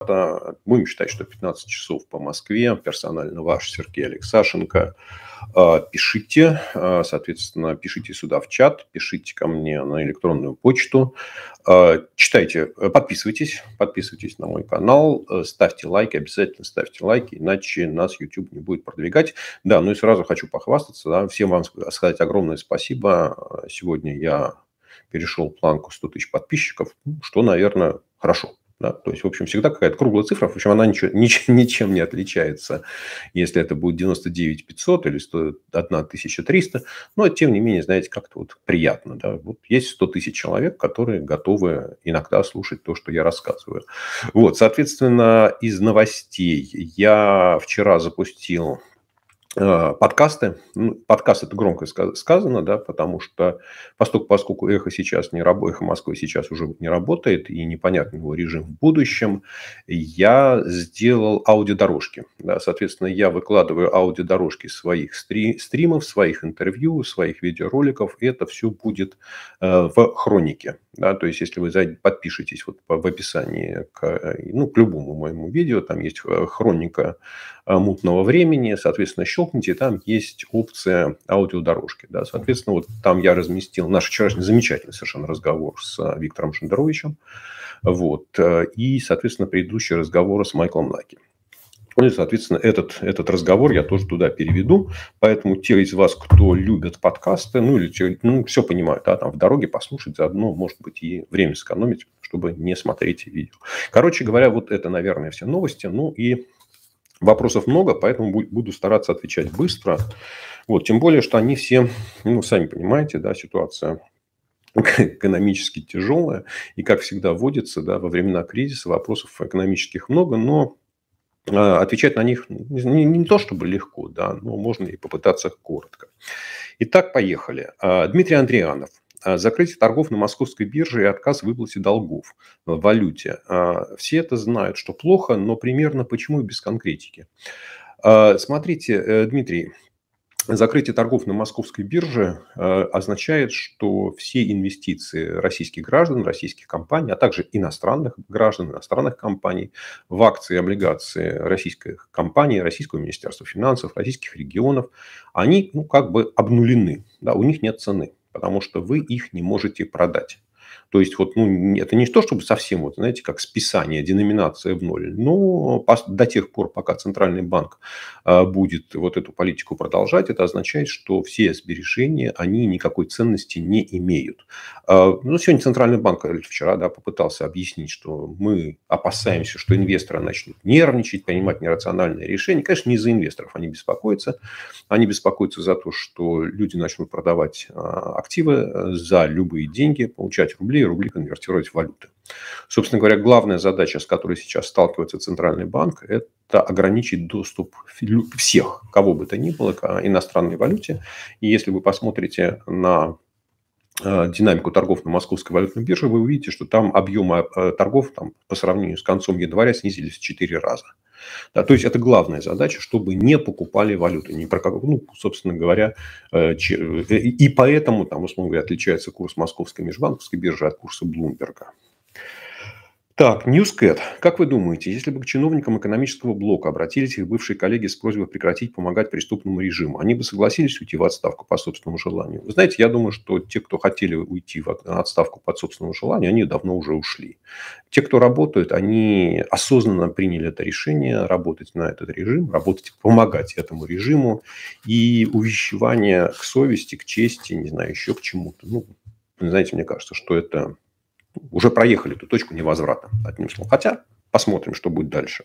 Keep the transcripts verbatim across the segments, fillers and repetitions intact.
возврата. Будем считать, что пятнадцать часов по Москве. Персонально ваш Сергей Алексашенко. Пишите, соответственно, пишите сюда в чат, пишите ко мне на электронную почту. Читайте, подписывайтесь, подписывайтесь на мой канал, ставьте лайки, обязательно ставьте лайки, иначе нас YouTube не будет продвигать. Да, ну и сразу хочу похвастаться, да, всем вам сказать огромное спасибо. Сегодня я перешел планку сто тысяч подписчиков, что, наверное, хорошо. Да? То есть, в общем, всегда какая-то круглая цифра, в общем, она ничего, ничем, ничем не отличается, если это будет девяносто девять тысяч пятьсот или сто одна тысяча триста. Но, тем не менее, знаете, как-то вот приятно. Да? Вот есть сто тысяч человек, которые готовы иногда слушать то, что я рассказываю. Вот, соответственно, из новостей я вчера запустил подкасты. Ну, подкаст – это громко сказано, да, потому что поскольку, поскольку эхо сейчас не работает, эхо Москвы сейчас уже не работает, и непонятен его режим в будущем, я сделал аудиодорожки. Да, соответственно, я выкладываю аудиодорожки своих стри- стримов, своих интервью, своих видеороликов, и это все будет э, в хронике. Да, то есть, если вы подпишетесь вот в описании к, ну, к любому моему видео, там есть хроника мутного времени, соответственно, щелкните, там есть опция аудиодорожки. Да, соответственно, вот там я разместил наш вчерашний замечательный совершенно разговор с Виктором Шендеровичем, вот, и, соответственно, предыдущий разговор с Майклом Наки. Ну и, соответственно, этот, этот разговор я тоже туда переведу. Поэтому те из вас, кто любит подкасты, ну, или те, ну, все понимают, да, там в дороге послушать заодно, может быть, и время сэкономить, чтобы не смотреть видео. Короче говоря, вот это, наверное, все новости. Ну, и вопросов много, поэтому буду стараться отвечать быстро. Вот, тем более, что они все, ну, сами понимаете, да, ситуация экономически тяжелая. И, как всегда водится, да, во времена кризиса вопросов экономических много, но отвечать на них не, не то чтобы легко, да, но можно и попытаться коротко. Итак, поехали. Дмитрий Андрианов. Закрытие торгов на московской бирже и отказ в выплате долгов в валюте. Все это знают, что плохо, но примерно почему и без конкретики. Смотрите, Дмитрий, закрытие торгов на московской бирже означает, что все инвестиции российских граждан, российских компаний, а также иностранных граждан, иностранных компаний в акции и облигации российских компаний, Российского министерства финансов, российских регионов, они, ну, как бы обнулены. Да, у них нет цены, потому что вы их не можете продать. То есть, вот, ну, это не то, чтобы совсем, вот, знаете, как списание, деноминация в ноль. Но до тех пор, пока Центральный банк будет вот эту политику продолжать, это означает, что все сбережения, они никакой ценности не имеют. Ну, сегодня Центральный банк, вчера, да, попытался объяснить, что мы опасаемся, что инвесторы начнут нервничать, принимать нерациональные решения. Конечно, не из-за инвесторов они беспокоятся. Они беспокоятся за то, что люди начнут продавать активы за любые деньги, получать рубли, и рубли конвертировать в валюты. Собственно говоря, главная задача, с которой сейчас сталкивается Центральный банк, это ограничить доступ всех, кого бы то ни было, к иностранной валюте. И если вы посмотрите на динамику торгов на московской валютной бирже, вы увидите, что там объемы торгов там, по сравнению с концом января снизились в четыре раза. Да, то есть, это главная задача, чтобы не покупали валюту. Не про, ну, собственно говоря, и поэтому, там, условно говоря, отличается курс московской межбанковской биржи от курса Блумберга. Так, Newscat. Как вы думаете, если бы к чиновникам экономического блока обратились их бывшие коллеги с просьбой прекратить помогать преступному режиму, они бы согласились уйти в отставку по собственному желанию? Вы знаете, я думаю, что те, кто хотели уйти в отставку по собственному желанию, они давно уже ушли. Те, кто работают, они осознанно приняли это решение работать на этот режим, работать, помогать этому режиму. И увещевание к совести, к чести, не знаю, еще к чему-то. Ну, знаете, мне кажется, что это... уже проехали эту точку невозврата, одним словом. Хотя посмотрим, что будет дальше.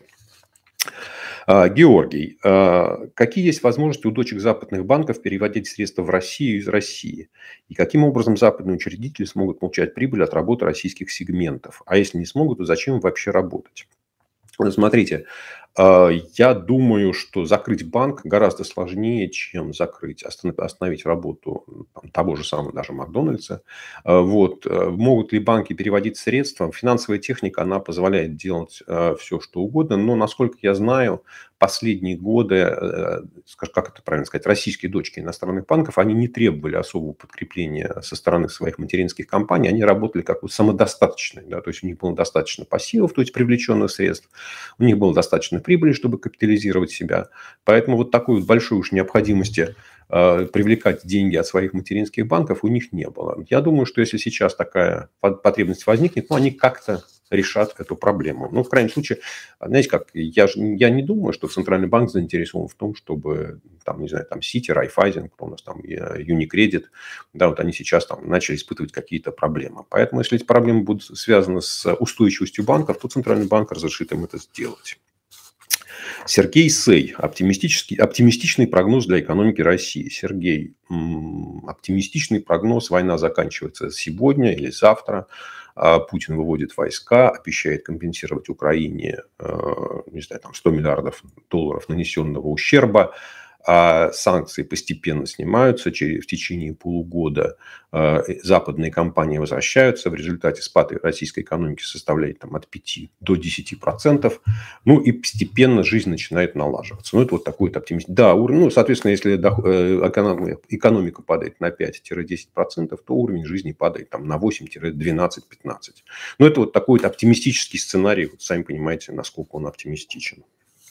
Георгий. Какие есть возможности у дочек западных банков переводить средства в Россию из России? И каким образом западные учредители смогут получать прибыль от работы российских сегментов? А если не смогут, то зачем им вообще работать? Смотрите, я думаю, что закрыть банк гораздо сложнее, чем закрыть, остановить работу там, того же самого даже Макдональдса. Вот. Могут ли банки переводить средства? Финансовая техника, она позволяет делать все, что угодно. Но, насколько я знаю, последние годы, э, скажем, как это правильно сказать, российские дочки иностранных банков, они не требовали особого подкрепления со стороны своих материнских компаний, они работали как вот самодостаточные, да, то есть у них было достаточно пассивов, то есть привлеченных средств, у них было достаточно прибыли, чтобы капитализировать себя. Поэтому вот такой вот большой уж необходимости э, привлекать деньги от своих материнских банков у них не было. Я думаю, что если сейчас такая потребность возникнет, ну, они как-то решат эту проблему. Ну, в крайнем случае, знаете как, я, же, я не думаю, что Центральный банк заинтересован в том, чтобы, там, не знаю, там, Сити, Райфайзен, кто у нас там, Юникредит, да, вот они сейчас там начали испытывать какие-то проблемы. Поэтому, если эти проблемы будут связаны с устойчивостью банков, то Центральный банк разрешит им это сделать. Сергей Сей. Оптимистический, оптимистичный прогноз для экономики России. Сергей, м-м, оптимистичный прогноз. Война заканчивается сегодня или завтра. Путин выводит войска, обещает компенсировать Украине, не знаю, там сто миллиардов долларов нанесенного ущерба. А санкции постепенно снимаются. В течение полугода западные компании возвращаются. В результате спад российской экономики составляет там, от пяти до десяти процентов. Ну и постепенно жизнь начинает налаживаться. Ну это вот такой вот оптимизм. Да, ну, соответственно, если экономика падает на пять-десять процентов, то уровень жизни падает там, на восемь-двенадцать-пятнадцать процентов. Ну это вот такой вот оптимистический сценарий. Вот сами понимаете, насколько он оптимистичен.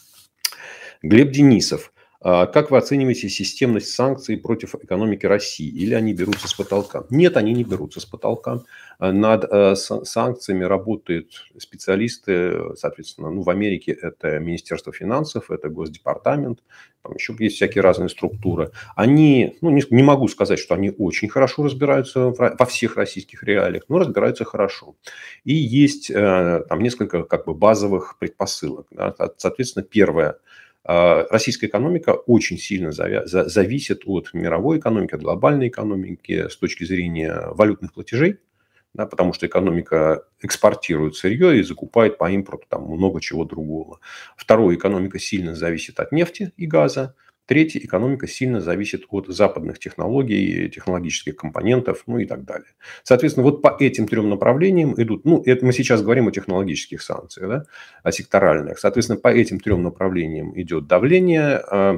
Глеб Денисов. Как вы оцениваете системность санкций против экономики России? Или они берутся с потолка? Нет, они не берутся с потолка. Над санкциями работают специалисты, соответственно, ну, в Америке это Министерство финансов, это Госдепартамент, там еще есть всякие разные структуры. Они, ну, не, не могу сказать, что они очень хорошо разбираются в, во всех российских реалиях, но разбираются хорошо. И есть там несколько как бы базовых предпосылок. Да? Соответственно, первое. Российская экономика очень сильно зависит от мировой экономики, от глобальной экономики с точки зрения валютных платежей, да, потому что экономика экспортирует сырье и закупает по импорту там много чего другого. Второе, экономика сильно зависит от нефти и газа. Третье, экономика сильно зависит от западных технологий, технологических компонентов, ну и так далее. Соответственно, вот по этим трем направлениям идут, ну, это мы сейчас говорим о технологических санкциях, да, о секторальных. Соответственно, по этим трем направлениям идет давление.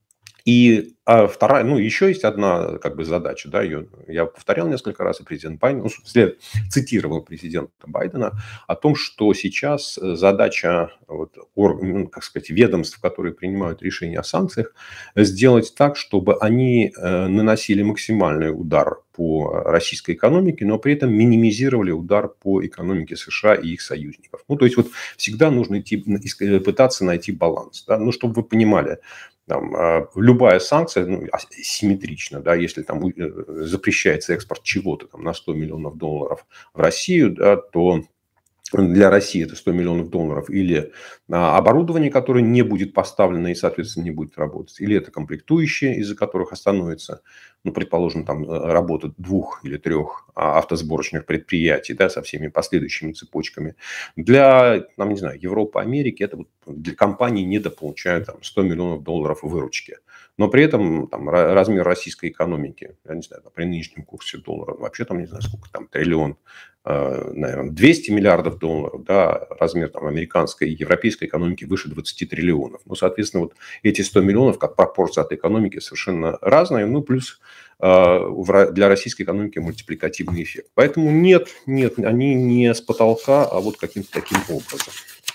И а вторая, ну, еще есть одна как бы задача, да, ее я повторял несколько раз, и президент Байден, ну, след, цитировал президента Байдена о том, что сейчас задача, вот, ну, как сказать, ведомств, которые принимают решения о санкциях, сделать так, чтобы они наносили максимальный удар по российской экономике, но при этом минимизировали удар по экономике США и их союзников. Ну, то есть, вот всегда нужно идти, пытаться найти баланс, да, ну, чтобы вы понимали, там, любая санкция, ну, симметрична, да, если там запрещается экспорт чего-то там, на сто миллионов долларов в Россию, да, то для России это сто миллионов долларов или оборудование, которое не будет поставлено и, соответственно, не будет работать, или это комплектующие, из-за которых остановится, ну, предположим, там работа двух или трех автосборочных предприятий, да, со всеми последующими цепочками. Для, там, не знаю, Европы, Америки это вот для компаний недополучают там, сто миллионов долларов выручки. Но при этом там, размер российской экономики, я не знаю, при нынешнем курсе доллара, вообще там, не знаю, сколько там, триллион, наверное, двести миллиардов долларов, да, размер там, американской и европейской экономики выше двадцати триллионов. Ну, соответственно, вот эти сто миллионов, как пропорция от экономики, совершенно разные, ну, плюс для российской экономики мультипликативный эффект. Поэтому нет, нет, они не с потолка, а вот каким-то таким образом.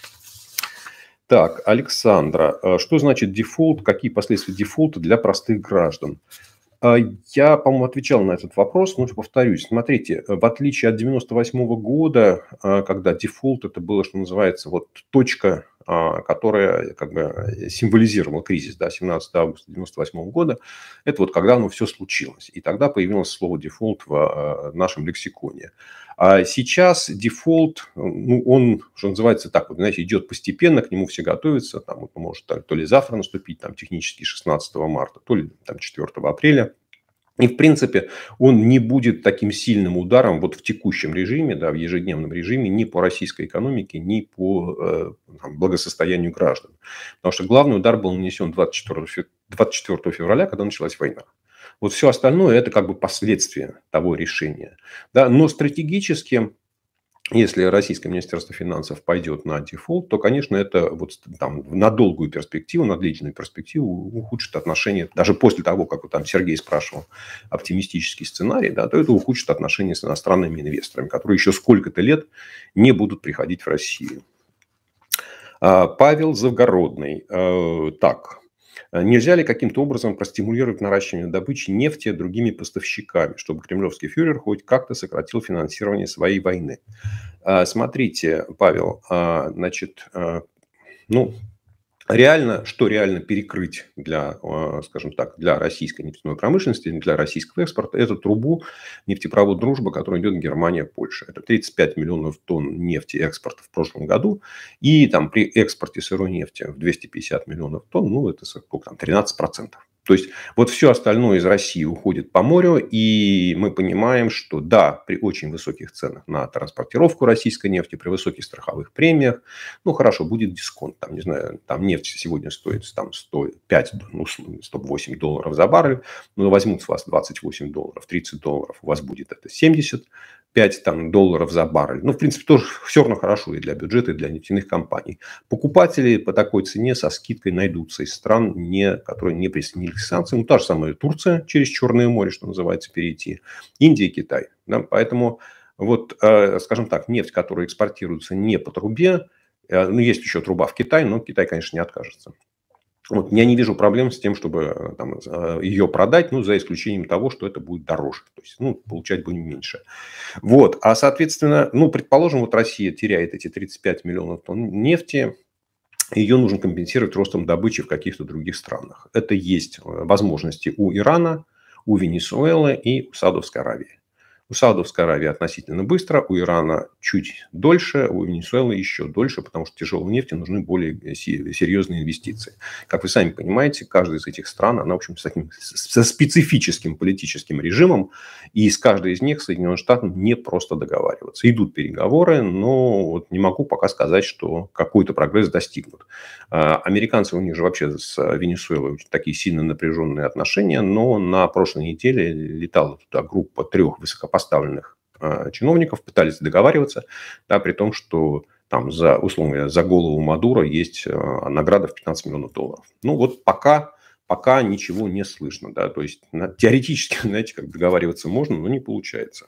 Так, Александра, что значит дефолт? Какие последствия дефолта для простых граждан? Я, по-моему, отвечал на этот вопрос, но повторюсь. Смотрите, в отличие от девяносто восьмого года, когда дефолт это было, что называется, вот точка, которая как бы символизировала кризис, да, семнадцатого августа девяносто восьмого года, это вот когда оно все случилось. И тогда появилось слово дефолт в нашем лексиконе. А сейчас дефолт, ну, он, что называется, так вот, знаете, идет постепенно, к нему все готовятся, там, вот, может то ли завтра наступить, там, технически шестнадцатого марта, то ли там, четвёртого апреля. И, в принципе, он не будет таким сильным ударом вот в текущем режиме, да, в ежедневном режиме, ни по российской экономике, ни по э, там, благосостоянию граждан. Потому что главный удар был нанесен двадцать четвёртого февраля, когда началась война. Вот все остальное – это как бы последствия того решения. Да? Но стратегически Если российское министерство финансов пойдет на дефолт, то, конечно, это вот там на долгую перспективу, на длительную перспективу ухудшит отношения. Даже после того, как вот там Сергей спрашивал оптимистический сценарий, да, то это ухудшит отношения с иностранными инвесторами, которые еще сколько-то лет не будут приходить в Россию. Павел Завгородный. Так. Нельзя ли каким-то образом простимулировать наращивание добычи нефти другими поставщиками, чтобы кремлевский фюрер хоть как-то сократил финансирование своей войны? Смотрите, Павел, значит, ну, реально, что реально перекрыть для, скажем так, для российской нефтяной промышленности, для российского экспорта, это трубу нефтепровод «Дружба», который идет Германия-Польша. Это тридцать пять миллионов тонн нефти экспорта в прошлом году. И там при экспорте сырой нефти в двести пятьдесят миллионов тонн, ну, это сколько там, тринадцать процентов. То есть, вот все остальное из России уходит по морю, и мы понимаем, что да, при очень высоких ценах на транспортировку российской нефти, при высоких страховых премиях, ну, хорошо, будет дисконт. Там, не знаю, там нефть сегодня стоит там, сто пять, ну, сто восемь долларов за баррель, но возьмут с вас двадцать восемь долларов, тридцать долларов, у вас будет это семьдесят пять там, долларов за баррель. Ну, в принципе, тоже все равно хорошо и для бюджета, и для нефтяных компаний. Покупатели по такой цене со скидкой найдутся из стран, не, которые не присоединились к санкциям. Ну, та же самая Турция через Черное море, что называется, перейти. Индия, Китай. Да? Поэтому, вот, э, скажем так, нефть, которая экспортируется не по трубе, э, ну, есть еще труба в Китай, но Китай, конечно, не откажется. Вот, я не вижу проблем с тем, чтобы там, ее продать, ну, за исключением того, что это будет дороже. То есть, ну, получать будем меньше. Вот. А, соответственно, ну, предположим, вот Россия теряет эти тридцать пять миллионов тонн нефти, ее нужно компенсировать ростом добычи в каких-то других странах. Это есть возможности у Ирана, у Венесуэлы и у Саудовской Аравии. У Саудовской Аравии относительно быстро, у Ирана чуть дольше, у Венесуэлы еще дольше, потому что тяжелой нефти нужны более серьезные инвестиции. Как вы сами понимаете, каждая из этих стран, она, в общем, с таким, со специфическим политическим режимом, и с каждой из них Соединенным Штатам не просто договариваться. Идут переговоры, но вот не могу пока сказать, что какой-то прогресс достигнут. Американцы, у них же вообще с Венесуэлой такие сильно напряженные отношения, но на прошлой неделе летала туда группа трех высокопоставленных поставленных э, чиновников, пытались договариваться, да, при том, что там за, условно говоря, за голову Мадуро есть э, награда в пятнадцать миллионов долларов. Ну, вот пока, пока ничего не слышно. Да, то есть, на, теоретически, знаете, как договариваться можно, но не получается.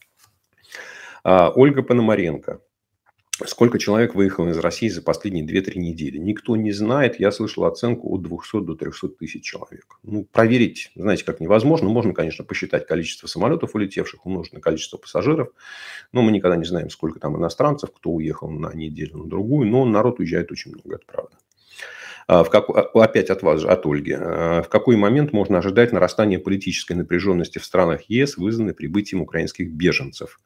А, Ольга Пономаренко. Сколько человек выехало из России за последние две-три недели? Никто не знает. Я слышал оценку от двухсот до трехсот тысяч человек. Ну, проверить, знаете, как невозможно. Можно, конечно, посчитать количество самолетов улетевших, умножить на количество пассажиров. Но мы никогда не знаем, сколько там иностранцев, кто уехал на неделю, на другую. Но народ уезжает очень много, это правда. В как... Опять от вас же, от Ольги. В какой момент можно ожидать нарастания политической напряженности в странах ЕС, вызванной прибытием украинских беженцев?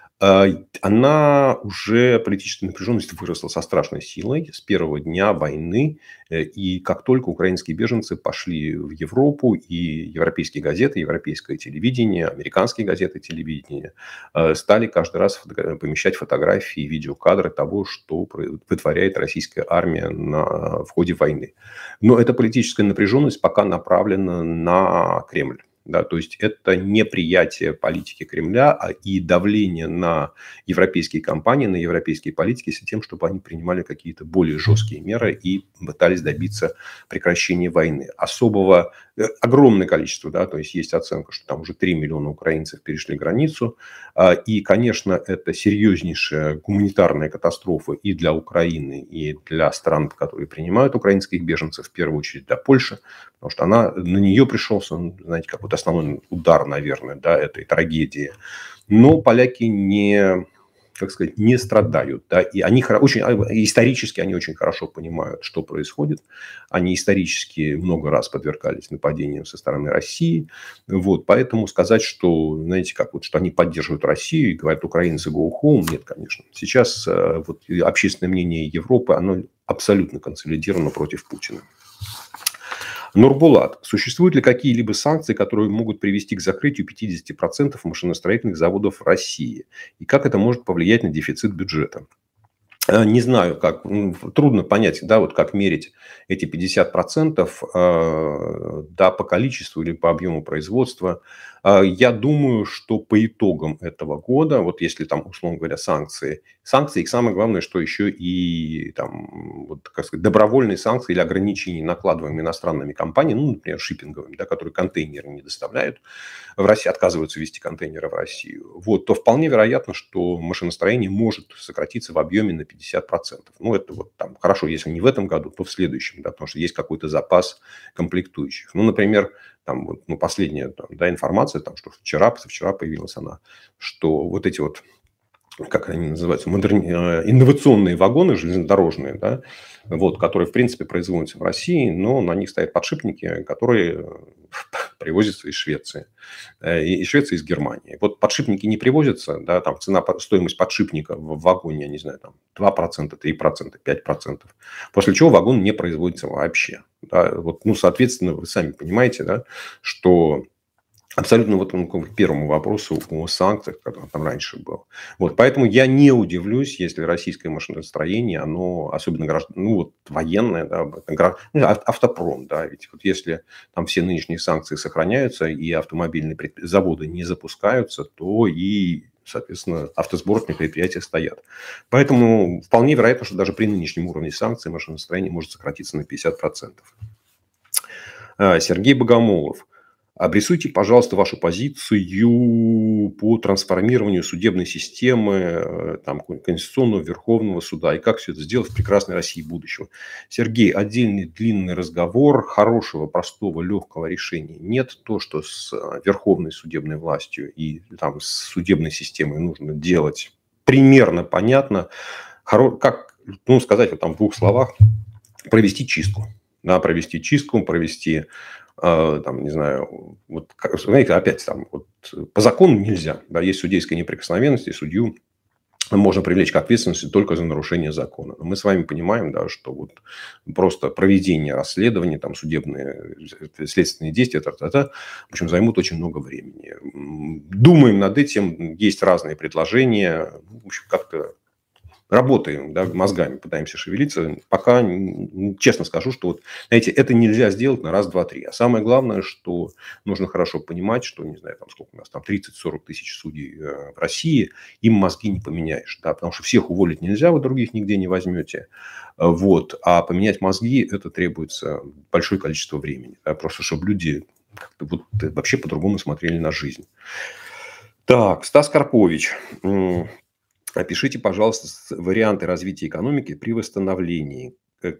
Она уже, политическая напряженность выросла со страшной силой с первого дня войны. И как только украинские беженцы пошли в Европу, и европейские газеты, европейское телевидение, американские газеты, телевидение стали каждый раз фото- помещать фотографии, видеокадры того, что вытворяет российская армия на, в ходе войны. Но эта политическая напряженность пока направлена на Кремль. Да, то есть это неприятие политики Кремля а и давление на европейские компании, на европейские политики с тем, чтобы они принимали какие-то более жесткие меры и пытались добиться прекращения войны. Особого, огромное количество, да, то есть есть оценка, что там уже три миллиона украинцев перешли границу. И, конечно, это серьезнейшая гуманитарная катастрофа и для Украины, и для стран, которые принимают украинских беженцев, в первую очередь для Польши, потому что она, на нее пришелся, знаете, как вот основной удар, наверное, да, этой трагедии. Но поляки не, как сказать, не страдают. Да, и они очень, исторически они очень хорошо понимают, что происходит. Они исторически много раз подвергались нападениям со стороны России. Вот, поэтому сказать, что, знаете, как вот, что они поддерживают Россию и говорят, украинцы go home, нет, конечно. Сейчас вот, общественное мнение Европы, оно абсолютно консолидировано против Путина. Нурбулат. Существуют ли какие-либо санкции, которые могут привести к закрытию пятидесяти процентов машиностроительных заводов в России? И как это может повлиять на дефицит бюджета? Не знаю, как, трудно понять, да, вот как мерить эти пятьдесят процентов, да, по количеству или по объему производства. Я думаю, что по итогам этого года, вот если там, условно говоря, санкции, санкции, и самое главное, что еще и там, вот, как сказать, добровольные санкции или ограничения, накладываемые иностранными компаниями, ну, например, шиппинговыми, да, которые контейнеры не доставляют в Россию, отказываются везти контейнеры в Россию, вот, то вполне вероятно, что машиностроение может сократиться в объеме на пятьдесят процентов. Ну, это вот там хорошо, если не в этом году, то в следующем, да, потому что есть какой-то запас комплектующих. Ну, например, там, вот, ну, последняя там, да, информация, там, что вчера, позавчера появилась она, что вот эти вот, как они называются, модерни... инновационные вагоны железнодорожные, да, вот, которые, в принципе, производятся в России, но на них стоят подшипники, которые привозятся из Швеции. И из Швеции, из Германии. Вот подшипники не привозятся, да, там цена, стоимость подшипника в вагоне, я не знаю, там два процента, три процента, пять процентов. После чего вагон не производится вообще. Да, вот, ну, соответственно, вы сами понимаете, да, что абсолютно вот ну, к первому вопросу о санкциях, который там раньше был. Вот, поэтому я не удивлюсь, если российское машиностроение, оно, особенно граждан, ну, вот, военное, да, ну, автопром, да, ведь вот если там все нынешние санкции сохраняются и автомобильные предп... заводы не запускаются, то и, соответственно, автосборочные предприятия стоят. Поэтому вполне вероятно, что даже при нынешнем уровне санкций машиностроение может сократиться на пятьдесят процентов. Сергей Богомолов. Обрисуйте, пожалуйста, вашу позицию по трансформированию судебной системы, там, Конституционного, Верховного суда, и как все это сделать в прекрасной России будущего. Сергей, отдельный длинный разговор, хорошего, простого, легкого решения нет. То, что с Верховной судебной властью и там, с судебной системой нужно делать, примерно понятно. Как, ну, сказать вот, там, в двух словах, провести чистку. Да, провести чистку, провести... Там, не знаю, вот, знаете, опять там, вот, по закону нельзя, да, есть судейская неприкосновенность, и судью можно привлечь к ответственности только за нарушение закона. Но мы с вами понимаем, да, что вот просто проведение расследования, там, судебные, следственные действия, та-та-та, в общем, займут очень много времени. Думаем над этим, есть разные предложения, в общем, как-то работаем, да, мозгами пытаемся шевелиться. Пока, честно скажу, что вот, знаете, это нельзя сделать на раз, два, три. А самое главное, что нужно хорошо понимать, что, не знаю, там сколько у нас, там тридцать-сорок тысяч судей в России, им мозги не поменяешь, да, потому что всех уволить нельзя, вы других нигде не возьмете. Вот. А поменять мозги, это требуется большое количество времени. Да, просто чтобы люди как-то вот вообще по-другому смотрели на жизнь. Так, Стас Карпович. Опишите, пожалуйста, варианты развития экономики при восстановлении.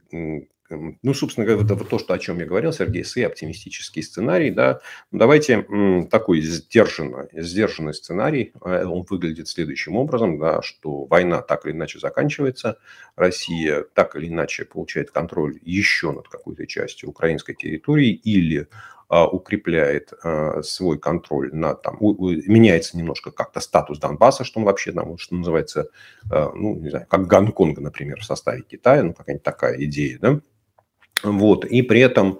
Ну, собственно говоря, это вот то, что, о чем я говорил, Сергей Сый, оптимистический сценарий. Да. Давайте такой сдержанный, сдержанный сценарий. Он выглядит следующим образом, да, что война так или иначе заканчивается, Россия так или иначе получает контроль еще над какой-то частью украинской территории или укрепляет свой контроль на там, меняется немножко как-то статус Донбасса, что он вообще там, что называется, ну, не знаю, как Гонконга, например, в составе Китая, ну, какая-нибудь такая идея, да. Вот. И при этом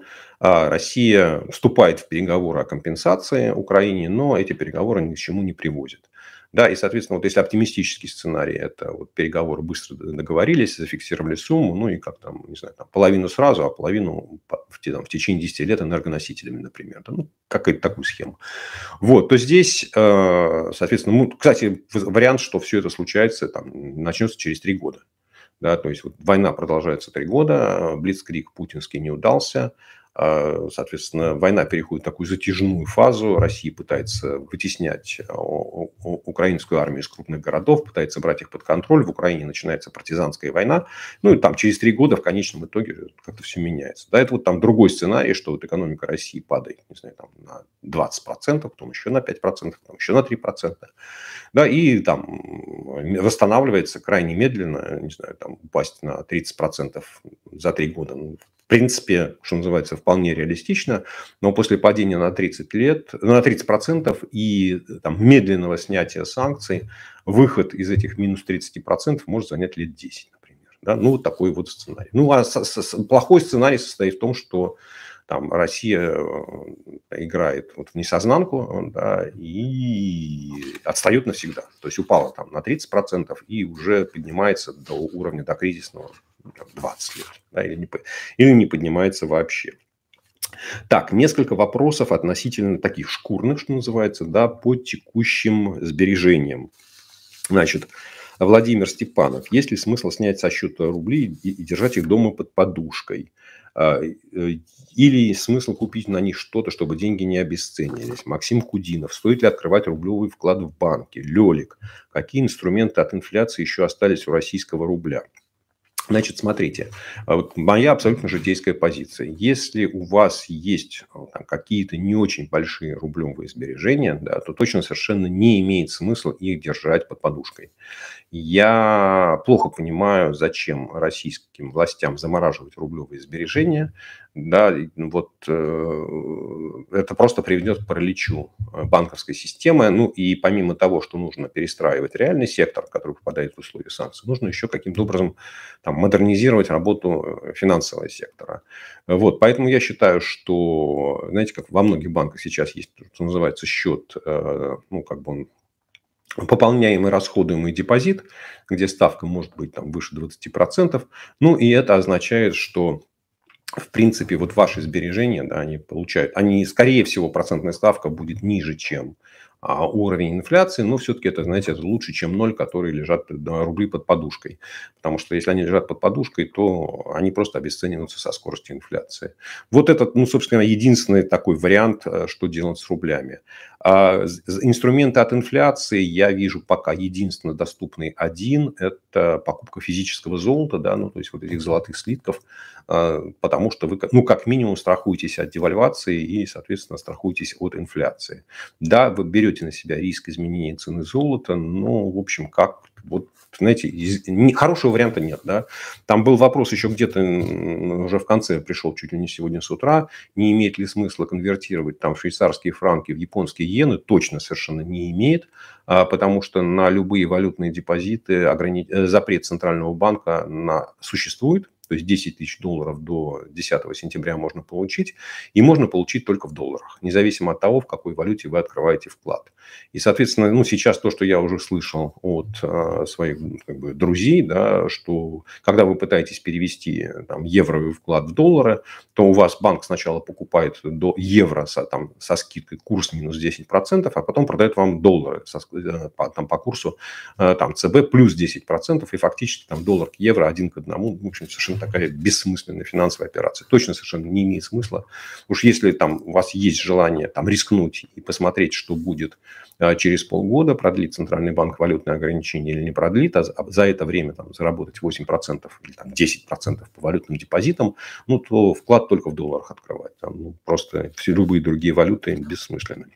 Россия вступает в переговоры о компенсации Украине, но эти переговоры ни к чему не приводят. Да, и, соответственно, вот если оптимистический сценарий, это вот переговоры быстро договорились, зафиксировали сумму, ну и как там, не знаю, там, половину сразу, а половину в, там, в течение десяти лет энергоносителями, например. Да, ну, какая-то такую схему. Вот, то здесь, соответственно, ну, кстати, вариант, что все это случается, там, начнется через три года. Да, то есть вот война продолжается три года, блицкриг путинский не удался, соответственно, война переходит в такую затяжную фазу, Россия пытается вытеснять украинскую армию из крупных городов, пытается брать их под контроль, в Украине начинается партизанская война, ну и там через три года в конечном итоге как-то все меняется. Да, это вот там другой сценарий, что вот экономика России падает, не знаю, там на двадцать процентов, потом еще на пять процентов, потом еще на три процента. Да, и там восстанавливается крайне медленно, не знаю, там упасть на тридцать процентов за три года. Ну, в принципе, что называется, вполне реалистично, но после падения на тридцать лет, на тридцать процентов и там, медленного снятия санкций, выход из этих минус тридцать процентов может занять лет десять, например. Да? Ну, вот такой вот сценарий. Ну, а с- с- плохой сценарий состоит в том, что там Россия играет вот в несознанку, да, и отстает навсегда. То есть упала там на тридцать процентов и уже поднимается до уровня до кризисного двадцать лет. Да, или, не, или не поднимается вообще. Так, несколько вопросов относительно таких шкурных, что называется, да, по текущим сбережениям. Значит, Владимир Степанов. Есть ли смысл снять со счета рубли и, и держать их дома под подушкой? А, э, Или смысл купить на них что-то, чтобы деньги не обесценились? Максим Кудинов. Стоит ли открывать рублевый вклад в банке? Лёлик. Какие инструменты от инфляции еще остались у российского рубля? Значит, смотрите, вот моя абсолютно житейская позиция. Если у вас есть там, какие-то не очень большие рублевые сбережения, да, то точно совершенно не имеет смысла их держать под подушкой. Я плохо понимаю, зачем российским властям замораживать рублевые сбережения. Да, вот э, это просто приведет к параличу банковской системы. Ну и помимо того, что нужно перестраивать реальный сектор, который попадает в условия санкций, нужно еще каким-то образом там, модернизировать работу финансового сектора. Вот, поэтому я считаю, что, знаете, как во многих банках сейчас есть, что называется, счет, э, ну, как бы он пополняемый, расходуемый депозит, где ставка может быть там, выше двадцати процентов. Ну, и это означает, что, в принципе, вот ваши сбережения, да, они получают, они, скорее всего, процентная ставка будет ниже, чем а, уровень инфляции, но все-таки это, знаете, это лучше, чем ноль, которые лежат да, рубли под подушкой. Потому что если они лежат под подушкой, то они просто обесцениваются со скоростью инфляции. Вот это, ну, собственно, единственный такой вариант, что делать с рублями. А инструменты от инфляции я вижу пока единственно доступный один – это покупка физического золота, да, ну, то есть вот этих золотых слитков, потому что вы, ну, как минимум, страхуетесь от девальвации и, соответственно, страхуетесь от инфляции. Да, вы берете на себя риск изменения цены золота, но, в общем, как, вот, знаете, хорошего варианта нет, да. Там был вопрос еще где-то уже в конце, пришел чуть ли не сегодня с утра, не имеет ли смысла конвертировать там швейцарские франки в японские иены, точно совершенно не имеет, потому что на любые валютные депозиты ограни... запрет Центрального банка на... существует. То есть десять тысяч долларов до десятого сентября можно получить. И можно получить только в долларах, независимо от того, в какой валюте вы открываете вклад. И, соответственно, ну, сейчас то, что я уже слышал от э, своих как бы, друзей, да, что когда вы пытаетесь перевести там, евровый вклад в доллары, то у вас банк сначала покупает до евро со, там, со скидкой курс минус десять процентов, а потом продает вам доллары со, по, там, по курсу э, там, ЦБ плюс десять процентов. И фактически там, доллар к евро один к одному. В общем, совершенно такая бессмысленная финансовая операция. Точно совершенно не имеет смысла. Уж если там у вас есть желание там рискнуть и посмотреть, что будет а, через полгода, продлит Центральный банк валютные ограничения или не продлит, а за это время там заработать восемь процентов или там, десять процентов по валютным депозитам, ну, то вклад только в долларах открывать. Там, ну, просто все любые другие валюты бессмысленны.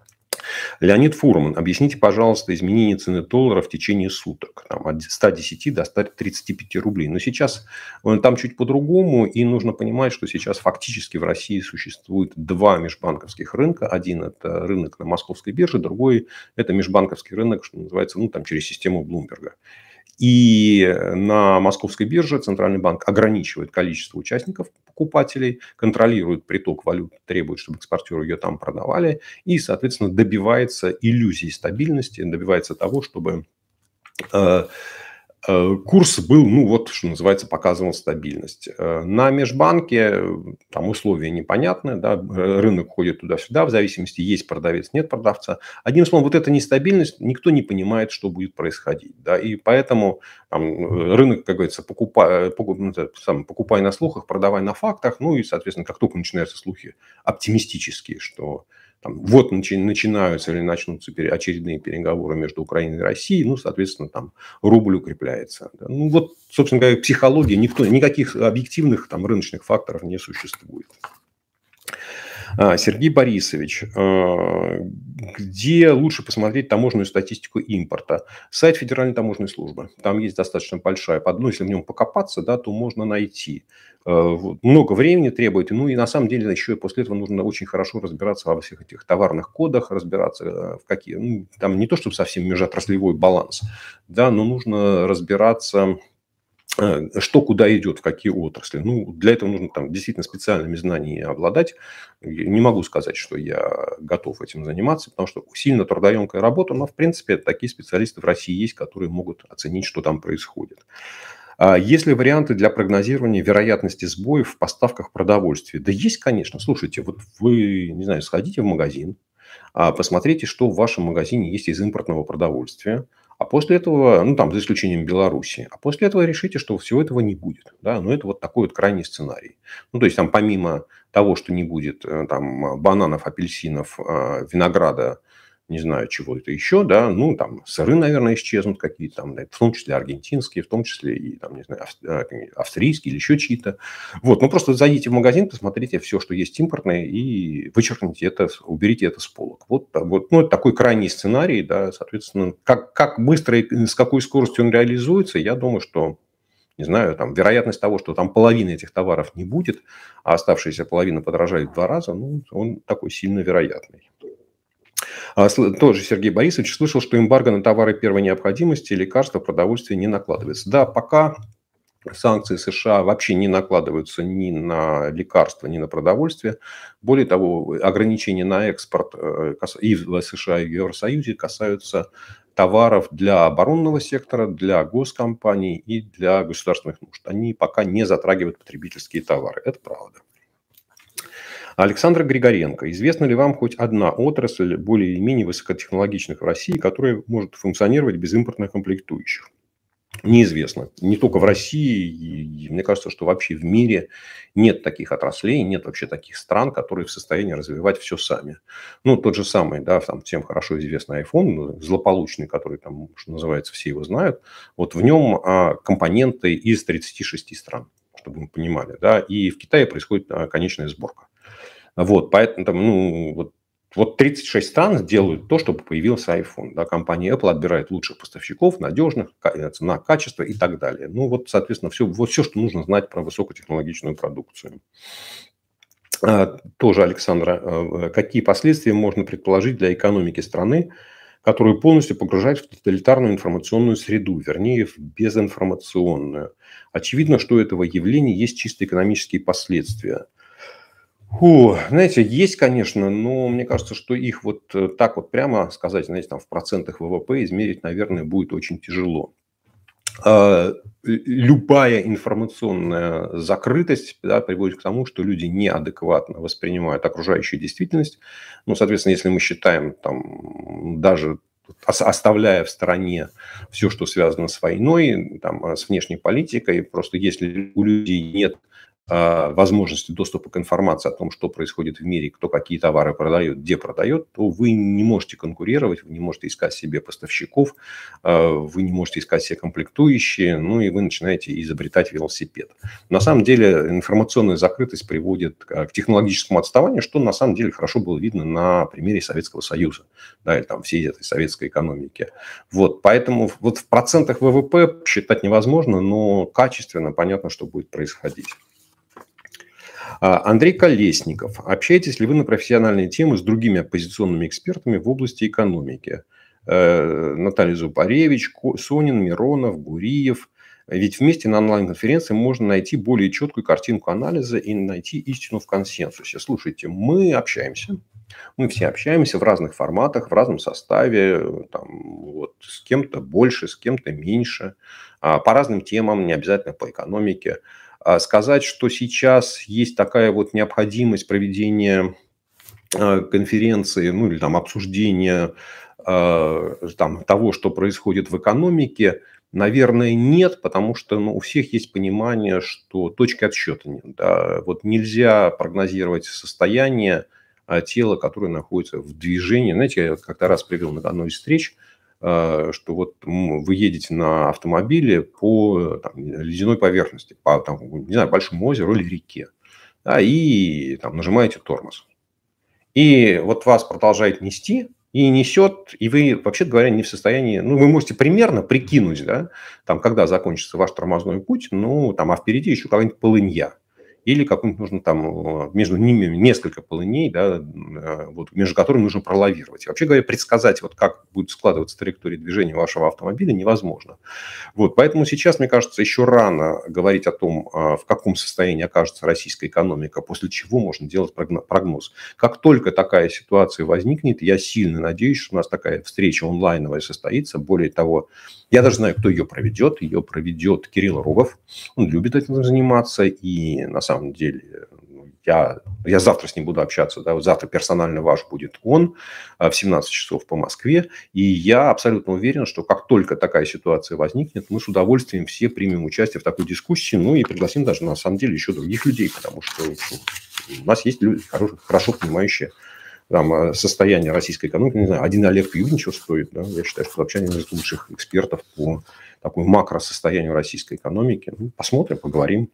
Леонид Фурман, объясните, пожалуйста, изменение цены доллара в течение суток. Там, от ста десяти до ста тридцати пяти рублей. Но сейчас там чуть по-другому. И нужно понимать, что сейчас фактически в России существует два межбанковских рынка. Один – это рынок на московской бирже, другой – это межбанковский рынок, что называется, ну, там, через систему Блумберга. И на московской бирже Центральный банк ограничивает количество участников, покупателей, контролирует приток валют, требует, чтобы экспортеры ее там продавали. И, соответственно, добивается иллюзии стабильности, добивается того, чтобы э, э, курс был, ну вот, что называется, показывал стабильность. На межбанке там условия непонятны, да, рынок ходит туда-сюда, в зависимости, есть продавец, нет продавца. Одним словом, вот эта нестабильность, никто не понимает, что будет происходить. Да, и поэтому там, рынок, как говорится, покупай, сам, покупай на слухах, продавай на фактах. Ну и, соответственно, как только начинаются слухи оптимистические, что там, вот начи- начинаются или начнутся очередные переговоры между Украиной и Россией, ну, соответственно, там рубль укрепляется. Да. Ну, вот, собственно говоря, психология, никто, никаких объективных там, рыночных факторов не существует. Сергей Борисович, где лучше посмотреть таможенную статистику импорта? Сайт Федеральной таможенной службы. Там есть достаточно большая, ну, если в нем покопаться, да, то можно найти. Много времени требует, ну и на самом деле еще и после этого нужно очень хорошо разбираться во всех этих товарных кодах, разбираться в какие, ну, там не то, чтобы совсем межотраслевой баланс, да, но нужно разбираться, что куда идет, в какие отрасли. Ну, для этого нужно там, действительно специальными знаниями обладать. Не могу сказать, что я готов этим заниматься, потому что сильно трудоемкая работа, но, в принципе, такие специалисты в России есть, которые могут оценить, что там происходит. А есть ли варианты для прогнозирования вероятности сбоев в поставках продовольствия? Да есть, конечно. Слушайте, вот вы, не знаю, сходите в магазин, а, посмотрите, что в вашем магазине есть из импортного продовольствия. А после этого, ну, там, за исключением Беларуси, а после этого решите, что всего этого не будет. Да? Но это вот такой вот крайний сценарий. Ну, то есть, там, помимо того, что не будет э, там, бананов, апельсинов, э, винограда, не знаю, чего-то еще, да, ну, там, сыры, наверное, исчезнут какие-то, там, в том числе аргентинские, в том числе и, там, не знаю, австрийские или еще чьи-то. Вот, ну, просто зайдите в магазин, посмотрите все, что есть импортное, и вычеркните это, уберите это с полок. Вот, вот, ну, это такой крайний сценарий, да, соответственно, как, как быстро и с какой скоростью он реализуется, я думаю, что, не знаю, там, вероятность того, что там половины этих товаров не будет, а оставшаяся половина подорожает в два раза, ну, он такой сильно вероятный. А, тоже Сергей Борисович слышал, что эмбарго на товары первой необходимости, лекарства, продовольствие не накладывается. Да, пока санкции США вообще не накладываются ни на лекарства, ни на продовольствие. Более того, ограничения на экспорт и в США, и в Евросоюзе касаются товаров для оборонного сектора, для госкомпаний и для государственных нужд. Они пока не затрагивают потребительские товары. Это правда. Александр Григоренко. Известна ли вам хоть одна отрасль более или менее высокотехнологичных в России, которая может функционировать без импортных комплектующих? Неизвестно. Не только в России, и мне кажется, что вообще в мире нет таких отраслей, нет вообще таких стран, которые в состоянии развивать все сами. Ну, тот же самый, да, там всем хорошо известный iPhone, злополучный, который там, что называется, все его знают, вот в нем а, компоненты из тридцати шести стран, чтобы мы понимали, да, и в Китае происходит а, конечная сборка. Вот, поэтому там, ну, вот, вот тридцать шесть стран делают то, чтобы появился iPhone. Да, компания Apple отбирает лучших поставщиков, надежных, цена, качество и так далее. Ну, вот, соответственно, все, вот все, что нужно знать про высокотехнологичную продукцию. А, тоже, Александра, какие последствия можно предположить для экономики страны, которую полностью погружает в тоталитарную информационную среду, вернее, в безинформационную? Очевидно, что у этого явления есть чисто экономические последствия. Фу, знаете, есть, конечно, но мне кажется, что их вот так вот прямо сказать, знаете, там в процентах ВВП измерить, наверное, будет очень тяжело. Любая информационная закрытость, да, приводит к тому, что люди неадекватно воспринимают окружающую действительность. Ну, соответственно, если мы считаем, там, даже оставляя в стороне все, что связано с войной, там, с внешней политикой, просто если у людей нет возможности доступа к информации о том, что происходит в мире, кто какие товары продает, где продает, то вы не можете конкурировать, вы не можете искать себе поставщиков, вы не можете искать себе комплектующие, ну и вы начинаете изобретать велосипед. На самом деле информационная закрытость приводит к технологическому отставанию, что на самом деле хорошо было видно на примере Советского Союза, да, или там всей этой советской экономики. Вот, поэтому вот в процентах ВВП считать невозможно, но качественно понятно, что будет происходить. Андрей Колесников. Общаетесь ли вы на профессиональные темы с другими оппозиционными экспертами в области экономики? Наталья Зубаревич, Сонин, Миронов, Гуриев. Ведь вместе на онлайн-конференции можно найти более четкую картинку анализа и найти истину в консенсусе. Слушайте, мы общаемся. Мы все общаемся в разных форматах, в разном составе. Там, вот, с кем-то больше, с кем-то меньше. По разным темам, не обязательно по экономике. Сказать, что сейчас есть такая вот необходимость проведения конференции, ну или там обсуждения там, того, что происходит в экономике, наверное, нет, потому что ну, у всех есть понимание, что точки отсчета нет. Да? Вот нельзя прогнозировать состояние тела, которое находится в движении. Знаете, я как-то раз привел на одной из встреч, что вот вы едете на автомобиле по там, ледяной поверхности, по там, не знаю, большому озеру или реке, да, и там, нажимаете тормоз. И вот вас продолжает нести, и несет, и вы, вообще говоря, не в состоянии, ну, вы можете примерно прикинуть, да, там, когда закончится ваш тормозной путь, ну, там, а впереди еще какая-нибудь полынья. или какую-нибудь нужно там между ними несколько полыней, да, вот, между которыми нужно пролавировать. Вообще говоря, предсказать, вот как будет складываться траектория движения вашего автомобиля, невозможно. Вот, поэтому сейчас, мне кажется, еще рано говорить о том, в каком состоянии окажется российская экономика, после чего можно делать прогноз. Как только такая ситуация возникнет, я сильно надеюсь, что у нас такая встреча онлайновая состоится. Более того, я даже знаю, кто ее проведет. Ее проведет Кирилл Рогов. Он любит этим заниматься. И на самом деле я, я завтра с ним буду общаться. Да, вот завтра персонально ваш будет он в семнадцать часов по Москве. И я абсолютно уверен, что как только такая ситуация возникнет, мы с удовольствием все примем участие в такой дискуссии. Ну и пригласим даже на самом деле еще других людей. Потому что у нас есть люди, хорошо, хорошо понимающие там, состояние российской экономики. Не знаю, один Олег Юрьевич стоит. Да? Я считаю, что вообще один из лучших экспертов по такой макросостоянию российской экономики. Ну, посмотрим, поговорим.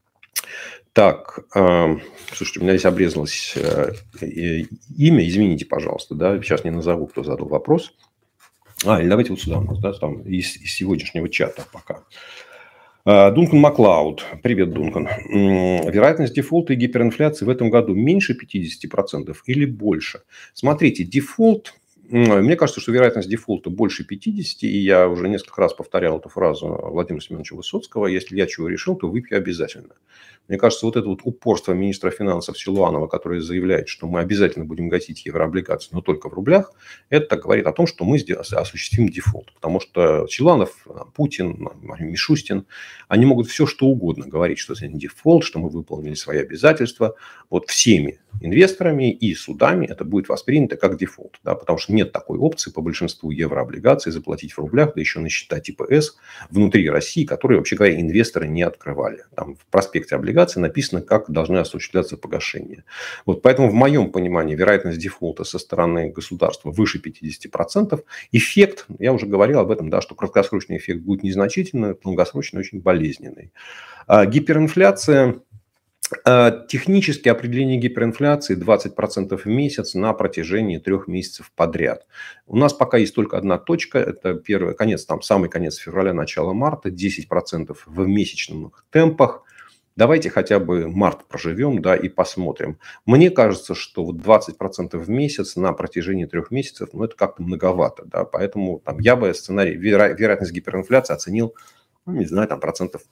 Так, э, слушайте, у меня здесь обрезалось э, имя, извините, пожалуйста, да, сейчас не назову, кто задал вопрос. А, или давайте вот сюда у нас, да, там из, из сегодняшнего чата пока. Дункан Маклауд. Привет, Дункан. Вероятность дефолта и гиперинфляции в этом году меньше пятидесяти процентов или больше? Смотрите, дефолт... Мне кажется, что вероятность дефолта больше пятидесяти, и я уже несколько раз повторял эту фразу Владимира Семеновича Высоцкого: если я чего решил, то выпью обязательно. Мне кажется, вот это вот упорство министра финансов Силуанова, который заявляет, что мы обязательно будем гасить еврооблигации, но только в рублях, это говорит о том, что мы осуществим дефолт. Потому что Силуанов, Путин, Мишустин, они могут все что угодно говорить, что это дефолт, что мы выполнили свои обязательства. Вот всеми инвесторами и судами это будет воспринято как дефолт. Да, потому что нет такой опции по большинству еврооблигаций заплатить в рублях, да еще на счета типа С внутри России, которые, вообще говоря, инвесторы не открывали. Там в проспекте облигаций написано, как должны осуществляться погашения. Вот поэтому в моем понимании вероятность дефолта со стороны государства выше пятидесяти процентов. Эффект, я уже говорил об этом, да, что краткосрочный эффект будет незначительный, долгосрочный очень болезненный. А гиперинфляция... Технически определение гиперинфляции двадцать процентов в месяц на протяжении трех месяцев подряд. У нас пока есть только одна точка. Это первый конец, там самый конец февраля, начало марта. десять процентов в месячных темпах. Давайте хотя бы март проживем, да, и посмотрим. Мне кажется, что вот двадцать процентов в месяц на протяжении трех месяцев, ну, это как-то многовато, да. Поэтому там, я бы сценарий, веро- вероятность гиперинфляции оценил, ну, не знаю, там процентов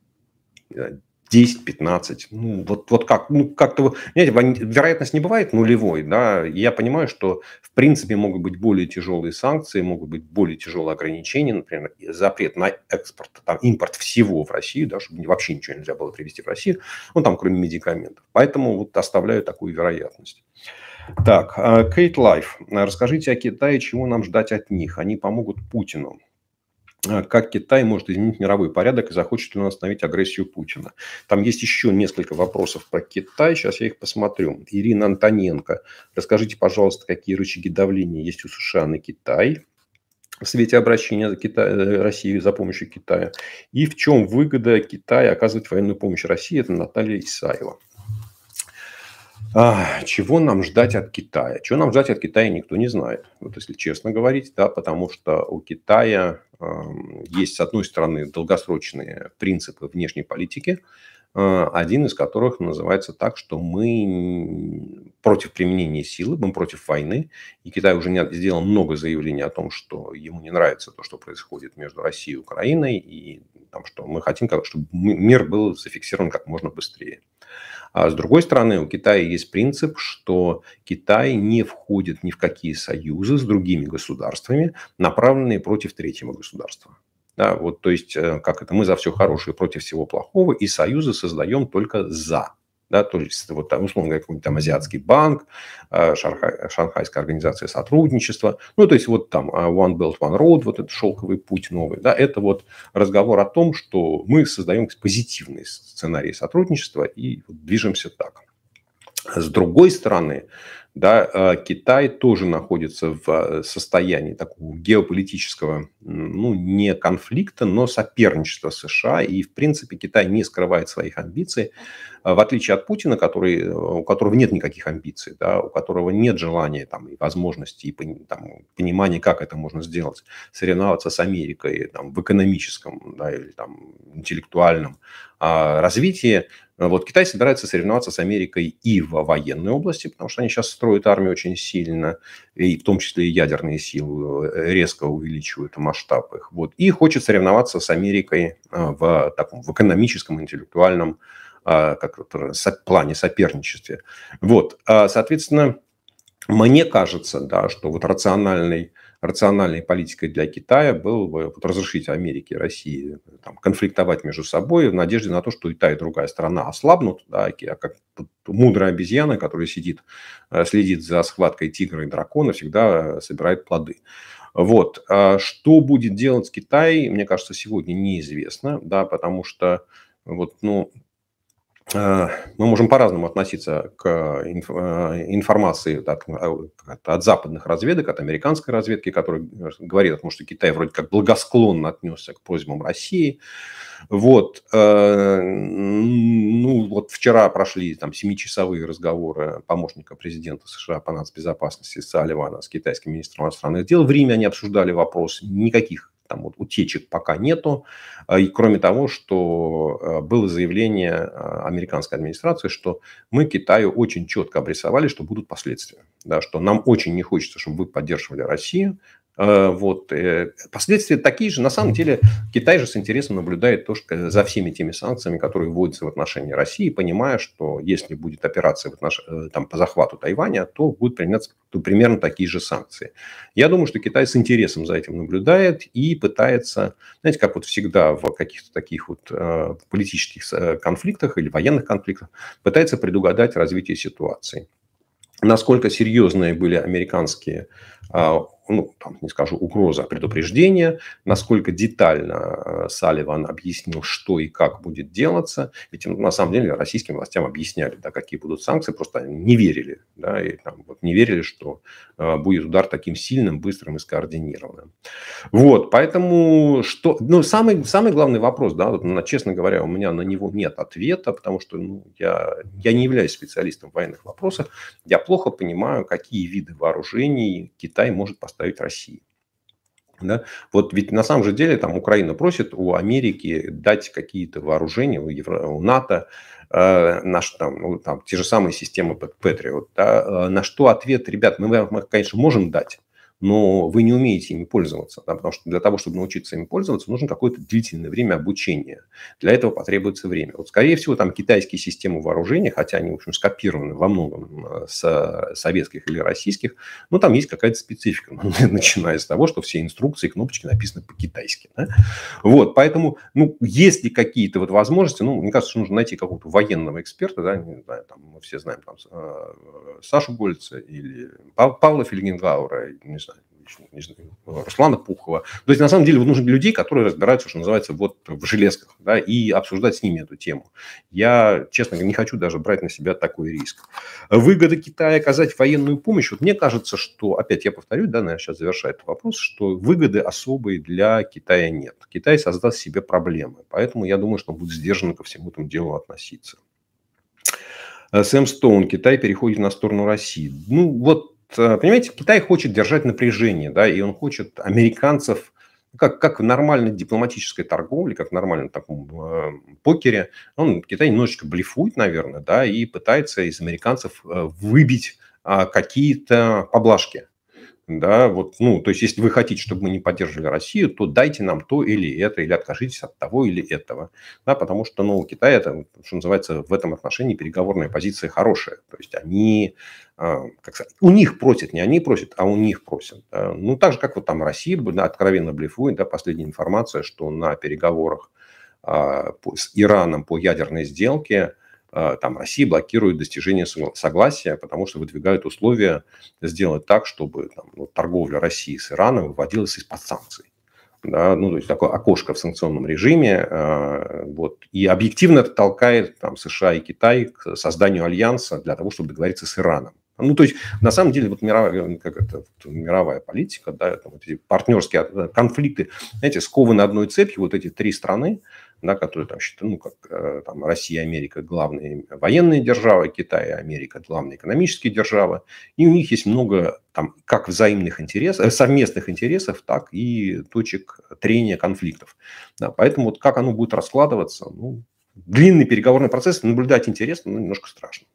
десять-пятнадцать. Ну, вот, вот как, ну, как-то, знаете, вероятность не бывает нулевой, да. Я понимаю, что, в принципе, могут быть более тяжелые санкции, могут быть более тяжелые ограничения, например, запрет на экспорт, там, импорт всего в Россию, да, чтобы вообще ничего нельзя было привезти в Россию, ну, там, кроме медикаментов. Поэтому вот оставляю такую вероятность. Так, Кейт Лайф. Расскажите о Китае, чего нам ждать от них? Они помогут Путину. Как Китай может изменить мировой порядок и захочет ли он остановить агрессию Путина? Там есть еще несколько вопросов про Китай. Сейчас я их посмотрю. Ирина Антоненко. Расскажите, пожалуйста, какие рычаги давления есть у США на Китай в свете обращения Китая, России за помощью Китая? И в чем выгода Китая оказывать военную помощь России? Это Наталья Исаева. А, чего нам ждать от Китая? Чего нам ждать от Китая, никто не знает. Вот если честно говорить, да, потому что у Китая э, есть, с одной стороны, долгосрочные принципы внешней политики, э, один из которых называется так, что мы против применения силы, мы против войны. И Китай уже не, сделал много заявлений о том, что ему не нравится то, что происходит между Россией и Украиной, и там, что мы хотим, чтобы мир был зафиксирован как можно быстрее. А с другой стороны, у Китая есть принцип, что Китай не входит ни в какие союзы с другими государствами, направленные против третьего государства. Да, вот, то есть, как это, мы за все хорошее против всего плохого, и союзы создаем только за. Да, то есть, вот, там, условно говоря, какой-нибудь там Азиатский банк, Шанхай, Шанхайская организация сотрудничества, ну, то есть, вот там One Belt, One Road, вот этот шелковый путь новый, да, это вот разговор о том, что мы создаем позитивный сценарий сотрудничества и движемся так. С другой стороны, Да, а Китай тоже находится в состоянии такого геополитического, ну, не конфликта, но соперничества с США. И, в принципе, Китай не скрывает своих амбиций, в отличие от Путина, который, у которого нет никаких амбиций, да, у которого нет желания там, и возможности, и там, понимания, как это можно сделать, соревноваться с Америкой там, в экономическом, да, или там, интеллектуальном а, развитии. Вот Китай собирается соревноваться с Америкой и в военной области, потому что они сейчас строят армию очень сильно, и в том числе и ядерные силы резко увеличивают масштаб их. Вот. И хочет соревноваться с Америкой в, таком, в экономическом, интеллектуальном как это, плане соперничестве. Вот. Соответственно, мне кажется, да, что вот рациональной, рациональной политикой для Китая было бы вот разрешить Америке и России там, конфликтовать между собой в надежде на то, что и та, и другая страна ослабнут, да, а как мудрая обезьяна, которая сидит, следит за схваткой тигра и дракона, всегда собирает плоды. Вот. Что будет делать Китай, мне кажется, сегодня неизвестно, да, потому что вот, ну, мы можем по-разному относиться к информации от, от западных разведок, от американской разведки, которая говорит о том, что Китай вроде как благосклонно отнесся к просьбам России. Вот. Ну, вот вчера прошли там семичасовые разговоры помощника президента США по нацбезопасности Салливана с китайским министром иностранных дел. В Риме они обсуждали вопрос, никаких там вот утечек пока нету. И кроме того, что было заявление американской администрации, что мы Китаю очень четко обрисовали, что будут последствия. Да, что нам очень не хочется, чтобы вы поддерживали Россию. Вот. Последствия такие же. На самом деле Китай же с интересом наблюдает то, что за всеми теми санкциями, которые вводятся в отношении России, понимая, что если будет операция в отнош... там, по захвату Тайваня, то будут применяться то примерно такие же санкции. Я думаю, что Китай с интересом за этим наблюдает и пытается, знаете, как вот всегда в каких-то таких вот э, политических конфликтах или военных конфликтах, пытается предугадать развитие ситуации. Насколько серьезные были американские, ну, там, не скажу, угроза, а предупреждения, насколько детально Салливан объяснил, что и как будет делаться. Ведь на самом деле российским властям объясняли, да, какие будут санкции, просто они не верили. Да, и, там, вот, не верили, что будет удар таким сильным, быстрым и скоординированным. Вот, поэтому, что, ну, самый, самый главный вопрос, да, вот, честно говоря, у меня на него нет ответа, потому что ну, я, я не являюсь специалистом в военных вопросах, я плохо понимаю, какие виды вооружений Китай может поставить России. Да? Вот ведь на самом же деле там Украина просит у Америки дать какие-то вооружения, у, Евро, у НАТО, э, наш, там, ну, там, те же самые системы Patriot. Да? На что ответ, ребят, мы, мы, конечно, можем дать, но вы не умеете ими пользоваться. Да? Потому что для того, чтобы научиться ими пользоваться, нужно какое-то длительное время обучения. Для этого потребуется время. Вот, скорее всего, там китайские системы вооружения, хотя они, в общем, скопированы во многом с советских или российских, но там есть какая-то специфика, начиная с того, что все инструкции и кнопочки написаны по-китайски. Да? Вот, поэтому, ну, есть ли какие-то вот возможности, ну, мне кажется, что нужно найти какого-то военного эксперта, да, не знаю, там, мы все знаем там, Сашу Гольца или Павла Фельгенгауэра, не знаю, не знаю, Руслана Пухова. То есть, на самом деле, вот нужны люди, которые разбираются, что называется, вот в железках, да, и обсуждать с ними эту тему. Я, честно говоря, не хочу даже брать на себя такой риск. Выгода Китая оказать военную помощь. Вот мне кажется, что, опять я повторю, да, наверное, сейчас завершаю этот вопрос, что выгоды особой для Китая нет. Китай создаст себе проблемы. Поэтому я думаю, что он будет сдержанно ко всему этому делу относиться. Сэм Стоун. Китай переходит на сторону России. Ну, вот, понимаете, Китай хочет держать напряжение, да, и он хочет американцев, как, как в нормальной дипломатической торговле, как в нормальном таком э, покере, он, Китай немножечко блефует, наверное, да, и пытается из американцев э, выбить э, какие-то поблажки. Да, вот, ну, то есть, если вы хотите, чтобы мы не поддерживали Россию, то дайте нам то или это, или откажитесь от того или этого. Да, потому что, ну, у Китая, это, что называется, в этом отношении переговорная позиция хорошая. То есть, они, как сказать, у них просят, не они просят, а у них просят. Да. Ну, так же, как вот там Россия, да, откровенно блефует, да, последняя информация, что на переговорах а, с Ираном по ядерной сделке там Россия блокирует достижение согласия, потому что выдвигают условия сделать так, чтобы там, ну, торговля России с Ираном выводилась из-под санкций. Да, ну, то есть такое окошко в санкционном режиме. Э, вот, и объективно это толкает там, США и Китай к созданию альянса для того, чтобы договориться с Ираном. Ну, то есть, на самом деле, вот мировая, как это, мировая политика, да, это вот эти партнерские конфликты, знаете, скованы одной цепью, вот эти три страны, да, которые там считают, ну, как там, Россия и Америка главные военные державы, Китай и Америка главные экономические державы, и у них есть много там как взаимных интересов, совместных интересов, так и точек трения конфликтов. Да, поэтому вот как оно будет раскладываться, ну, длинный переговорный процесс, наблюдать интересно, но немножко страшно.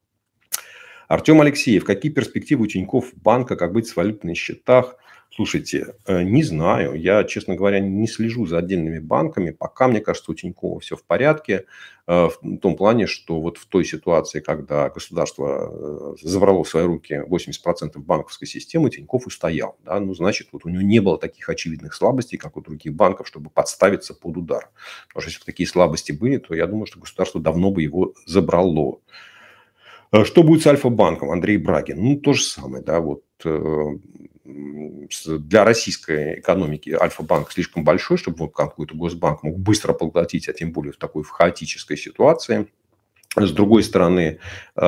Артем Алексеев. Какие перспективы у Тинькофф банка, как быть с валютой на счетах? Слушайте, не знаю. Я, честно говоря, не слежу за отдельными банками. Пока, мне кажется, у Тинькова все в порядке. В том плане, что вот в той ситуации, когда государство забрало в свои руки восемьдесят процентов банковской системы, Тинькофф устоял. Да? Ну, значит, вот у него не было таких очевидных слабостей, как у других банков, чтобы подставиться под удар. Потому что если бы такие слабости были, то я думаю, что государство давно бы его забрало. Что будет с Альфа-банком? Андрей Брагин. Ну, то же самое. Да, вот, э, для российской экономики Альфа-банк слишком большой, чтобы вот какой-то госбанк мог быстро поглотить, а тем более в такой в хаотической ситуации. С другой стороны,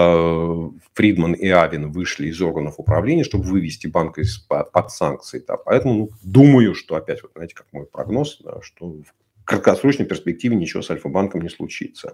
э, Фридман и Авен вышли из органов управления, чтобы вывести банк из, под санкции. Да. Поэтому ну, думаю, что опять, вот, знаете, как мой прогноз, да, что в краткосрочной перспективе ничего с Альфа-банком не случится.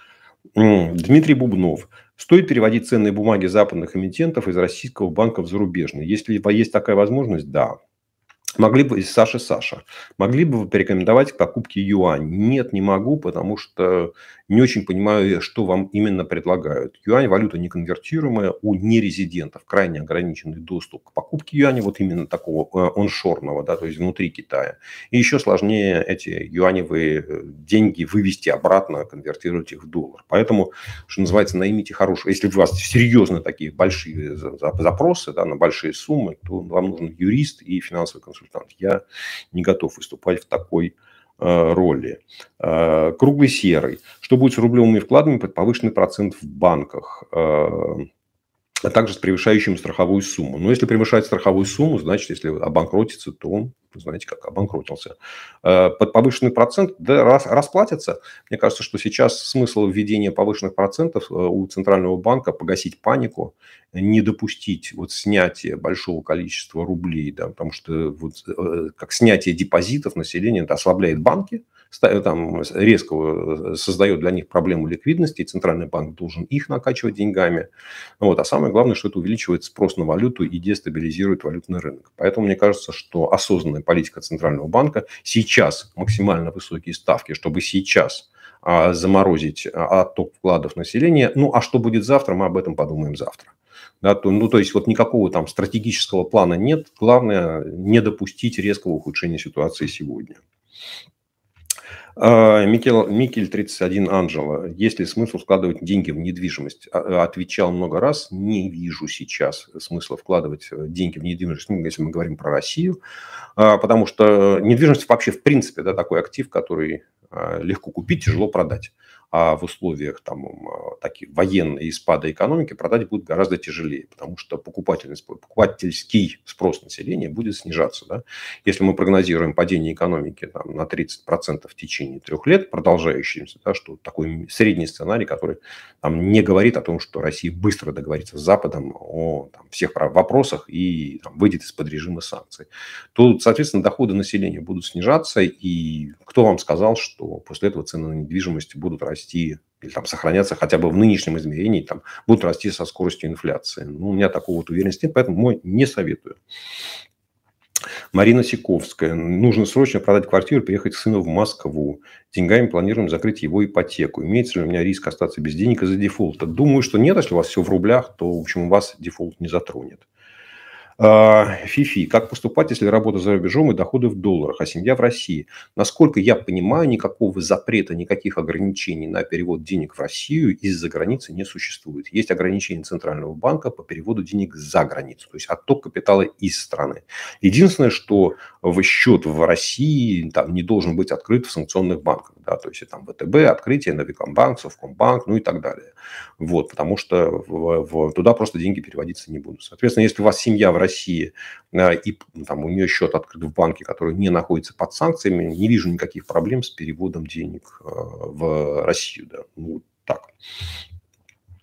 Дмитрий Бубнов. Стоит переводить ценные бумаги западных эмитентов из российского банка в зарубежный? Если есть такая возможность, да. Могли бы, Саша, Саша, могли бы вы порекомендовать к покупке юань? Нет, не могу, потому что не очень понимаю, что вам именно предлагают. Юань – валюта неконвертируемая, у нерезидентов крайне ограниченный доступ к покупке юаня, вот именно такого оншорного, да, то есть внутри Китая. И еще сложнее эти юаневые деньги вывести обратно, конвертировать их в доллар. Поэтому, что называется, наймите хорошего. Если у вас серьезно такие большие запросы, да, на большие суммы, то вам нужен юрист и финансовый консультант. Я не готов выступать в такой э, роли. Э, круглый серый. Что будет с рублевыми вкладами под повышенный процент в банках? Э, а также с превышающим страховую сумму. Но если превышает страховую сумму, значит, если обанкротится, то он, знаете, как обанкротился. Под повышенный процент да, расплатятся. Мне кажется, что сейчас смысл введения повышенных процентов у Центрального банка погасить панику, не допустить вот снятия большого количества рублей, да, потому что вот, как снятие депозитов населения это ослабляет банки, там, резко создает для них проблему ликвидности, и Центральный банк должен их накачивать деньгами. Вот. А самое главное, что это увеличивает спрос на валюту и дестабилизирует валютный рынок. Поэтому мне кажется, что осознанная политика Центрального банка сейчас максимально высокие ставки, чтобы сейчас а, заморозить а, отток вкладов населения. Ну, а что будет завтра, мы об этом подумаем завтра. Да, то, ну, то есть, вот никакого там стратегического плана нет. Главное, не допустить резкого ухудшения ситуации сегодня. Микель, Микель тридцать один Анджело. Есть ли смысл вкладывать деньги в недвижимость? Отвечал много раз. Не вижу сейчас смысла вкладывать деньги в недвижимость, если мы говорим про Россию. Потому что недвижимость вообще в принципе да, такой актив, который легко купить, тяжело продать. А в условиях там, таких военной и спада экономики продать будет гораздо тяжелее, потому что покупательский спрос населения будет снижаться. Да? Если мы прогнозируем падение экономики там, на тридцать процентов в течение трех лет, продолжающимся, да, что такой средний сценарий, который там, не говорит о том, что Россия быстро договорится с Западом о там, всех вопросах и там, выйдет из-под режима санкций, то, соответственно, доходы населения будут снижаться. И кто вам сказал, что после этого цены на недвижимость будут расти или там сохраняться хотя бы в нынешнем измерении, там, будут расти со скоростью инфляции. Ну, у меня такого вот уверенности нет, поэтому мой не советую. Марина Сиковская. Нужно срочно продать квартиру, переехать к сыну в Москву. Деньгами планируем закрыть его ипотеку. Имеется ли у меня риск остаться без денег из-за дефолта? Думаю, что нет. Если у вас все в рублях, то, в общем, вас дефолт не затронет. Фифи. Как поступать, если работа за рубежом и доходы в долларах, а семья в России? Насколько я понимаю, никакого запрета, никаких ограничений на перевод денег в Россию из-за границы не существует. Есть ограничения Центрального банка по переводу денег за границу, то есть отток капитала из страны. Единственное, что в счет в России там, не должен быть открыт в санкционных банках. Да, то есть там ВТБ, открытие, Новикомбанк, Совкомбанк, ну и так далее. Вот, потому что в, в, туда просто деньги переводиться не будут. Соответственно, если у вас семья в России и там, у нее счет открыт в банке, который не находится под санкциями, не вижу никаких проблем с переводом денег в Россию. Да. Ну, так.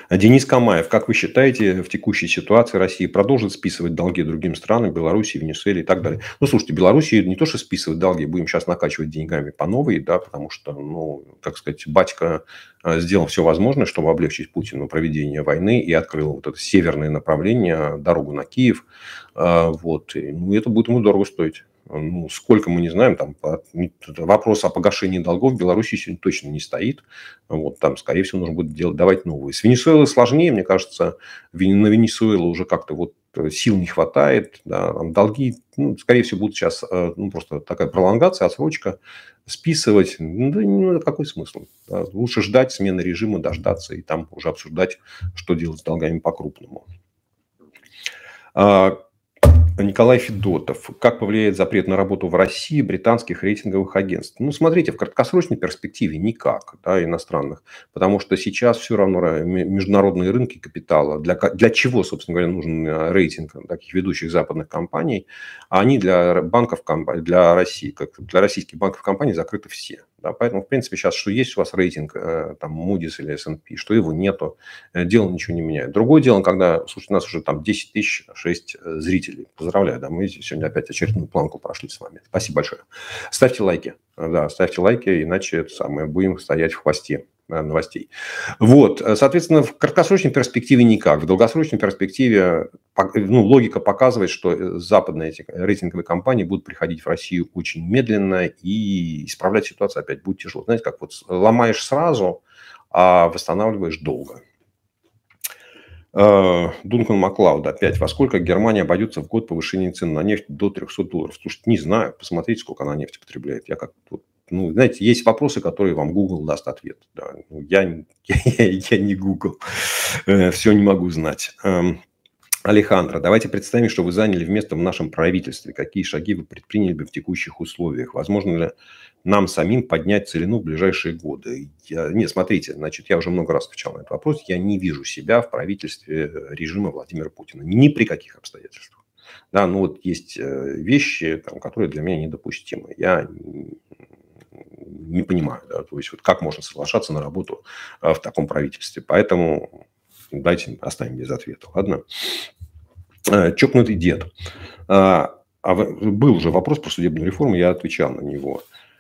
Денис Камаев, как вы считаете, в текущей ситуации Россия продолжит списывать долги другим странам, Белоруссии, Венесуэле и так далее? Ну, слушайте, Белоруссия не то, что списывать долги, будем сейчас накачивать деньгами по новой, да, потому что, ну, как сказать, батька сделал все возможное, чтобы облегчить Путину проведение войны и открыл вот это северное направление, дорогу на Киев. Вот. И, ну, это будет ему дорого стоить. Ну, сколько мы не знаем, там вопрос о погашении долгов в Беларуси сегодня точно не стоит. Вот, там, скорее всего, нужно будет делать, давать новые. С Венесуэлой сложнее, мне кажется, на Венесуэлу уже как-то вот сил не хватает. Да, там долги, ну, скорее всего, будут сейчас ну, просто такая пролонгация, отсрочка, списывать. Ну, да, ну, какой смысл? Да, лучше ждать смены режима, дождаться и там уже обсуждать, что делать с долгами по-крупному. Николай Федотов. Как повлияет запрет на работу в России британских рейтинговых агентств? Ну, смотрите, в краткосрочной перспективе никак, да, иностранных. Потому что сейчас все равно международные рынки капитала. Для, для чего, собственно говоря, нужен рейтинг таких ведущих западных компаний? А они для банков, для России, как для российских банков и компаний закрыты все. Да, поэтому, в принципе, сейчас, что есть у вас рейтинг, там, Moody's или эс энд пи, что его нету, дело ничего не меняет. Другое дело, когда, слушайте, у нас уже там десять тысяч шесть зрителей. Поздравляю, да, мы сегодня опять очередную планку прошли с вами. Спасибо большое. Ставьте лайки, да, ставьте лайки, иначе это самое, будем стоять в хвосте новостей. Вот, соответственно, в краткосрочной перспективе никак. В долгосрочной перспективе, ну, логика показывает, что западные эти рейтинговые компании будут приходить в Россию очень медленно, и исправлять ситуацию опять будет тяжело. Знаете, как вот ломаешь сразу, а восстанавливаешь долго. Дункан Маклауд опять. Во сколько Германия обойдется в год повышения цен на нефть до трехсот долларов? Слушайте, не знаю. Посмотрите, сколько она нефти потребляет. Я как ну, знаете, есть вопросы, которые вам Google даст ответ. Да. Я, я, я не Google. Все не могу знать. Алехандро, давайте представим, что вы заняли место в нашем правительстве. Какие шаги вы предприняли бы в текущих условиях? Возможно ли нам самим поднять целину в ближайшие годы? Я... Нет, смотрите, значит, я уже много раз отвечал на этот вопрос. Я не вижу себя в правительстве режима Владимира Путина. Ни при каких обстоятельствах. Да, ну вот есть вещи, там, которые для меня недопустимы. Я не понимаю, да, то есть вот как можно соглашаться на работу в таком правительстве. Поэтому дайте оставим без ответа, ладно? Чокнутый дед. Был уже вопрос про судебную реформу, я отвечал на него.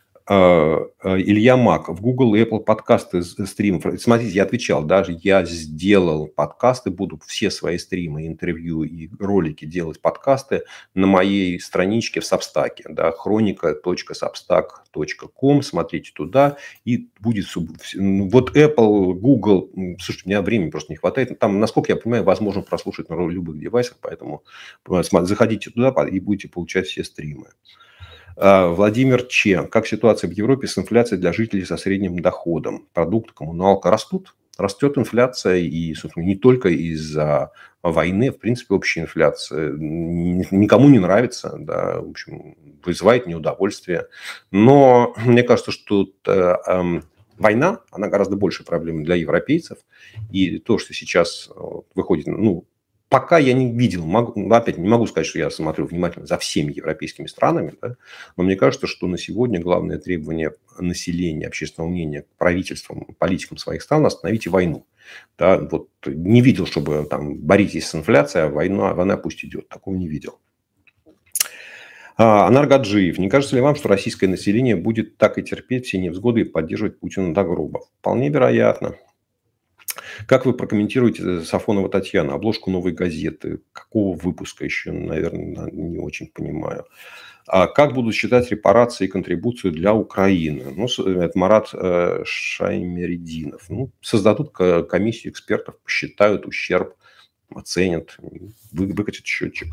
Илья Мак, в Google и Apple подкасты стримов. Смотрите, я отвечал, даже я сделал подкасты, буду все свои стримы, интервью и ролики делать подкасты на моей страничке в Substack, да, хроника точка сабстак точка ком, смотрите туда, и будет... Вот Apple, Google, слушайте, у меня времени просто не хватает, там, насколько я понимаю, возможно прослушать на любых девайсах, поэтому заходите туда и будете получать все стримы. Владимир Че. Как ситуация в Европе с инфляцией для жителей со средним доходом? Продукты, коммуналка растут? Растет инфляция, и, собственно, не только из-за войны, в принципе, общая инфляция никому не нравится, да, в общем, вызывает неудовольствие. Но мне кажется, что э, э, война, она гораздо больше проблема для европейцев. И то, что сейчас выходит, ну, пока я не видел, могу, опять не могу сказать, что я смотрю внимательно за всеми европейскими странами, да, но мне кажется, что на сегодня главное требование населения, общественного мнения к правительствам, политикам своих стран – остановите войну. Да, вот не видел, чтобы там боритесь с инфляцией, а война, война пусть идет. Такого не видел. Анар Гаджиев. Не кажется ли вам, что российское население будет так и терпеть все невзгоды и поддерживать Путина до гроба? Вполне вероятно. Как вы прокомментируете Сафонова Татьяна, обложку «Новой газеты»? Какого выпуска еще, наверное, не очень понимаю. А как будут считать репарации и контрибуцию для Украины? Ну, это Марат Шаймеридинов. Ну, создадут комиссию экспертов, посчитают ущерб, оценят, выкатят счетчик.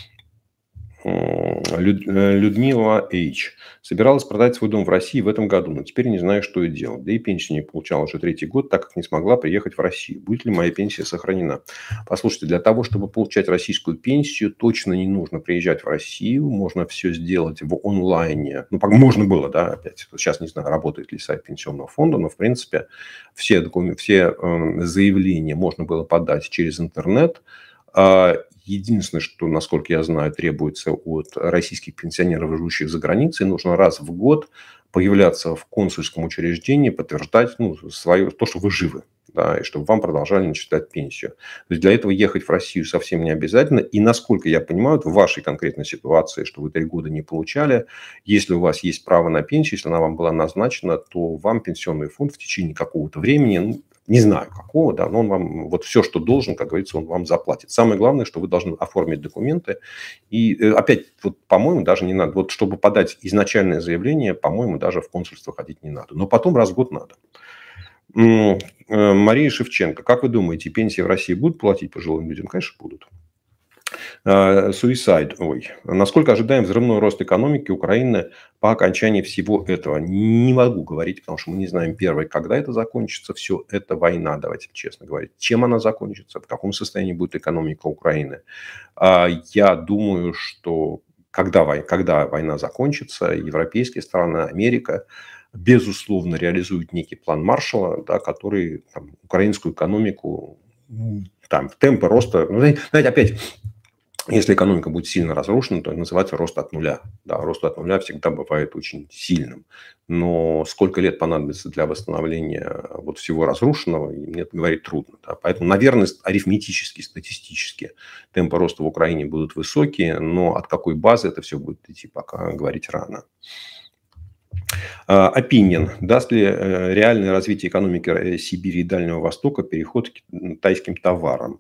Людмила H. Собиралась продать свой дом в России в этом году, но теперь не знаю, что и делать. Да и пенсию не получала уже третий год, так как не смогла приехать в Россию. Будет ли моя пенсия сохранена? Послушайте, для того, чтобы получать российскую пенсию, точно не нужно приезжать в Россию. Можно все сделать в онлайне. Ну, можно было, да, опять. Сейчас не знаю, работает ли сайт пенсионного фонда, но, в принципе, все, документы, все заявления можно было подать через интернет. Единственное, что, насколько я знаю, требуется от российских пенсионеров, живущих за границей, нужно раз в год появляться в консульском учреждении, подтверждать ну, свое, то, что вы живы. да, и чтобы вам продолжали начислять пенсию. То есть для этого ехать в Россию совсем не обязательно. И насколько я понимаю, в вашей конкретной ситуации, что вы три года не получали, если у вас есть право на пенсию, если она вам была назначена, то вам пенсионный фонд в течение какого-то времени, ну, не знаю какого, да, но он вам вот все, что должен, как говорится, он вам заплатит. Самое главное, что вы должны оформить документы. И опять, вот, по-моему, даже не надо. Вот чтобы подать изначальное заявление, по-моему, даже в консульство ходить не надо. Но потом раз в год надо. Мария Шевченко. Как вы думаете, пенсии в России будут платить пожилым людям? Конечно, будут. Суицид. Ой. Насколько ожидаем взрывной рост экономики Украины по окончании всего этого? Не могу говорить, потому что мы не знаем, первое, когда это закончится. Все это война, давайте честно говорить. Чем она закончится? В каком состоянии будет экономика Украины? Я думаю, что когда, когда война закончится, европейские страны, Америка, безусловно, реализуют некий план Маршалла, да, который там, украинскую экономику там, в темпы роста... Ну, знаете, опять... Если экономика будет сильно разрушена, то это называется рост от нуля. Да, рост от нуля всегда бывает очень сильным. Но сколько лет понадобится для восстановления вот всего разрушенного, мне это говорить трудно. Да. Поэтому, наверное, арифметически, статистически темпы роста в Украине будут высокие, но от какой базы это все будет идти, пока говорить рано. Opinion. Даст ли реальное развитие экономики Сибири и Дальнего Востока переход к тайским товарам?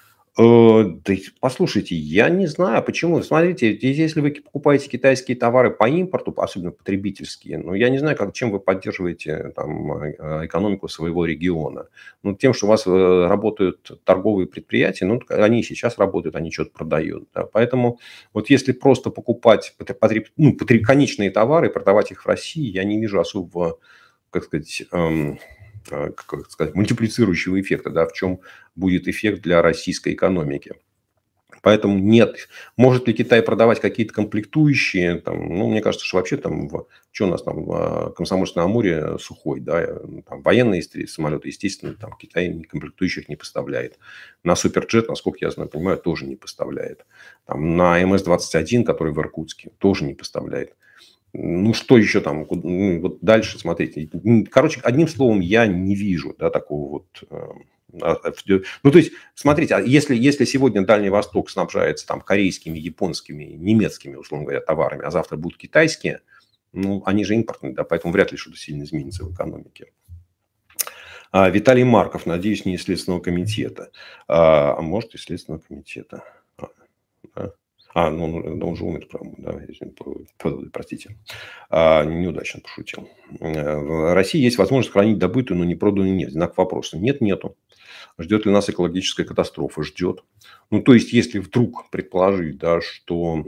Да, послушайте, я не знаю, почему. Смотрите, если вы покупаете китайские товары по импорту, особенно потребительские, ну, я не знаю, как, чем вы поддерживаете там, экономику своего региона. Ну, тем, что у вас работают торговые предприятия, ну, они сейчас работают, они что-то продают. Да. Поэтому вот если просто покупать потреб... ну, потреб... конечные товары и продавать их в России, я не вижу особого, как сказать... Эм... как сказать, мультиплицирующего эффекта, да, в чем будет эффект для российской экономики. Поэтому нет. Может ли Китай продавать какие-то комплектующие? Там, ну, мне кажется, что вообще там, в, что у нас там, в Комсомольском Амуре сухой, да, там, военные самолеты, естественно, там Китай комплектующих не поставляет. На Суперджет, насколько я знаю, понимаю, тоже не поставляет. Там, на эм эс двадцать один, который в Иркутске, тоже не поставляет. Ну, что еще там? Ну, вот дальше, смотрите. Короче, одним словом, я не вижу, да, такого вот... Ну, то есть, смотрите, если, если сегодня Дальний Восток снабжается там корейскими, японскими, немецкими, условно говоря, товарами, а завтра будут китайские, ну, они же импортные, да, поэтому вряд ли что-то сильно изменится в экономике. Виталий Марков, надеюсь, не из Следственного комитета. А может, из Следственного комитета. Да. А, ну, он уже умер, да, простите. А, неудачно пошутил. В России есть возможность хранить добытую, но не проданную нефть. Знак вопроса. Нет, нету. Ждет ли нас экологическая катастрофа? Ждет. Ну, то есть, если вдруг предположить, да, что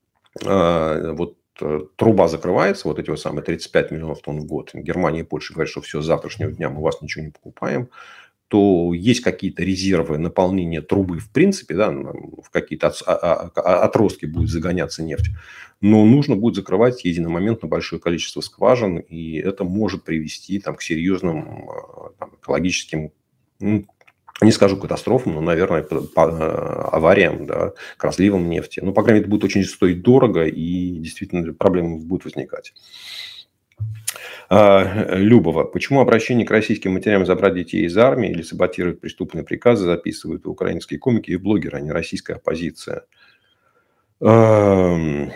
а, вот труба закрывается, вот эти вот самые тридцать пять миллионов тонн в год, Германия и Польша говорят, что все, с завтрашнего дня мы у вас ничего не покупаем, то есть какие-то резервы наполнения трубы в принципе, да, в какие-то отростки будет загоняться нефть, но нужно будет закрывать единомоментно большое количество скважин, и это может привести там, к серьезным там, экологическим, ну, не скажу катастрофам, но, наверное, по, по авариям, да, к разливам нефти. Ну, по крайней мере, это будет очень стоить дорого, и действительно проблемы будут возникать. Любова. Почему обращение к российским матерям забрать детей из армии или саботировать преступные приказы записывают украинские комики и блогеры, а не российская оппозиция? Потому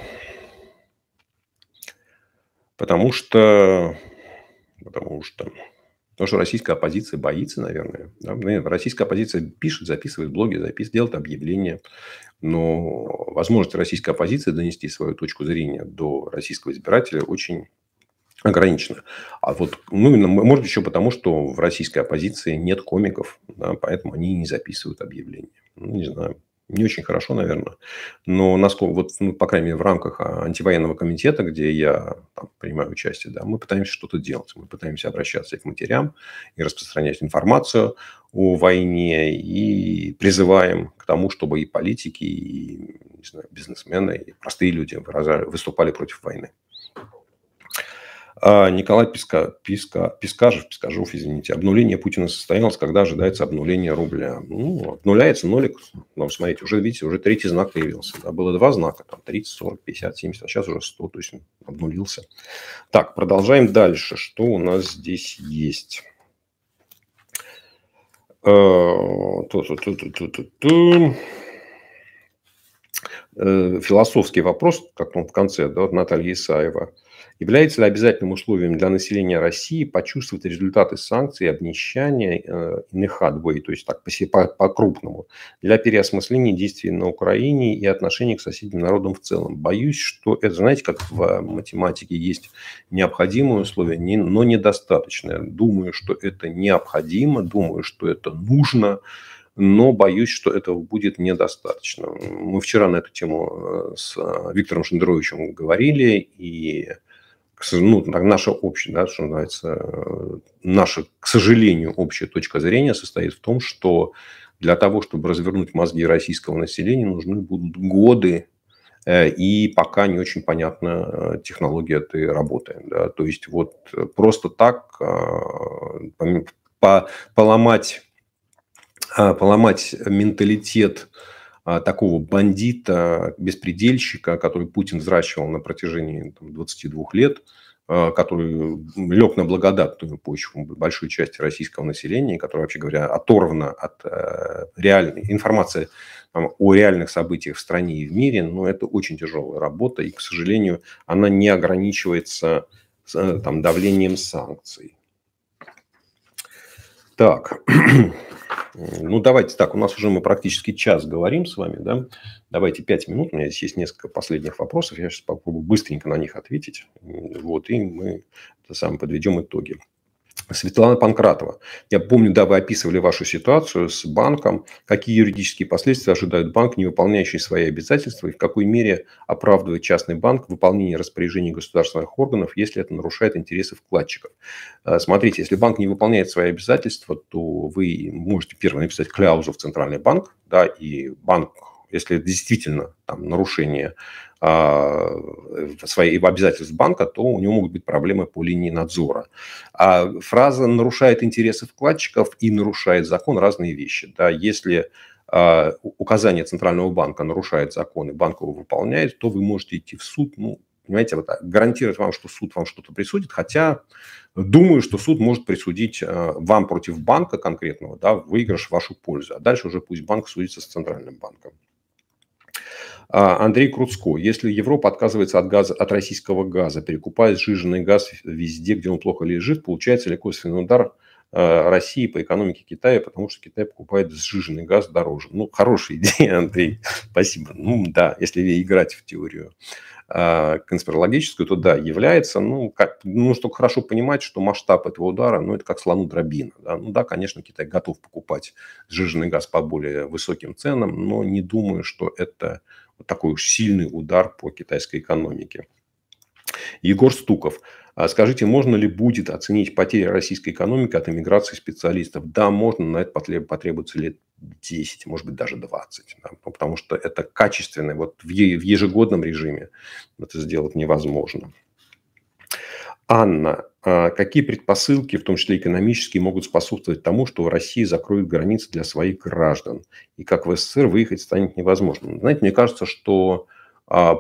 что... Потому что... Потому что российская оппозиция боится, наверное. Да? Российская оппозиция пишет, записывает блоги, записывает, делает объявления. Но возможность российской оппозиции донести свою точку зрения до российского избирателя очень ограничено. А вот, ну, может, еще потому, что в российской оппозиции нет комиков, да, поэтому они не записывают объявления. Ну, не знаю. Не очень хорошо, наверное. Но насколько, вот, ну, по крайней мере, в рамках антивоенного комитета, где я там, принимаю участие, да, мы пытаемся что-то делать. Мы пытаемся обращаться к матерям и распространять информацию о войне. И призываем к тому, чтобы и политики, и не знаю, бизнесмены, и простые люди выражали, выступали против войны. Николай Писка, Писка, Пискажев, Пискажев, извините. Обнуление Путина состоялось, когда ожидается обнуление рубля. Ну, обнуляется нолик. Ну, смотрите, уже, видите, уже третий знак появился. Да, было два знака, там тридцать, сорок, пятьдесят, семьдесят, а сейчас уже сто, то есть обнулился. Так, продолжаем дальше. Что у нас здесь есть? Э, ту-ту-ту-ту-ту-ту. Э, Философский вопрос, как он в конце, да, от Натальи Исаева. Является ли обязательным условием для населения России почувствовать результаты санкций, обнищания, э, in a hard way, то есть так по се- по- по-крупному, для переосмысления действий на Украине и отношений к соседним народам в целом? Боюсь, что это, знаете, как в математике есть необходимые условия, не- но недостаточное. Думаю, что это необходимо, думаю, что это нужно, но боюсь, что этого будет недостаточно. Мы вчера на эту тему э, с э, Виктором Шендеровичем говорили, и к сож- ну, наша общая, да, что называется, э, наша, к сожалению, общая точка зрения состоит в том, что для того, чтобы развернуть мозги российского населения, нужны будут годы, э, и пока не очень понятна э, технология этой работы. Да. То есть вот э, просто так э, пом- по- поломать а, поломать менталитет а, такого бандита, беспредельщика, который Путин взращивал на протяжении там, двадцати двух лет, а, который лег на благодатную почву большой части российского населения, которая, вообще говоря, оторвана от э, реальной информации там, о реальных событиях в стране и в мире, но это очень тяжелая работа, и, к сожалению, она не ограничивается э, там, давлением санкций. Так, ну давайте так, у нас уже мы практически час говорим с вами, да? Давайте пять минут, у меня здесь есть несколько последних вопросов, я сейчас попробую быстренько на них ответить, вот, и мы это самое, подведем итоги. Светлана Панкратова. Я помню, да, вы описывали вашу ситуацию с банком. Какие юридические последствия ожидает банк, не выполняющий свои обязательства, и в какой мере оправдывает частный банк выполнение распоряжений государственных органов, если это нарушает интересы вкладчиков? Э, Смотрите, если банк не выполняет свои обязательства, то вы можете первое написать кляузу в Центральный банк, да, и банк, если это действительно там, нарушение а, своих обязательств банка, то у него могут быть проблемы по линии надзора. А фраза «нарушает интересы вкладчиков» и «нарушает закон» – разные вещи. Да, если а, указание Центрального банка нарушает закон, и банк его выполняет, то вы можете идти в суд. Ну, понимаете, вот гарантировать вам, что суд вам что-то присудит, хотя думаю, что суд может присудить а, вам против банка конкретного, да, выигрыш в вашу пользу. А дальше уже пусть банк судится с Центральным банком. А, Андрей Круцко. Если Европа отказывается от газа, от российского газа, перекупает сжиженный газ везде, где он плохо лежит, получается ли косвенный удар э, России по экономике Китая, потому что Китай покупает сжиженный газ дороже? Ну, хорошая идея, Андрей. Спасибо. Ну, да, если играть в теорию а, конспирологическую, то да, является. Ну, как, нужно только хорошо понимать, что масштаб этого удара, ну, это как слону дробина. Да? Ну, да, конечно, Китай готов покупать сжиженный газ по более высоким ценам, но не думаю, что это вот такой уж сильный удар по китайской экономике. Егор Стуков. А скажите, можно ли будет оценить потери российской экономики от эмиграции специалистов? Да, можно, на это потребуется лет десять, может быть, даже двадцать. Да, потому что это качественно. Вот в ежегодном режиме это сделать невозможно. Анна, а какие предпосылки, в том числе экономические, могут способствовать тому, что в России закроют границы для своих граждан? И как в СССР выехать станет невозможным? Знаете, мне кажется, что а,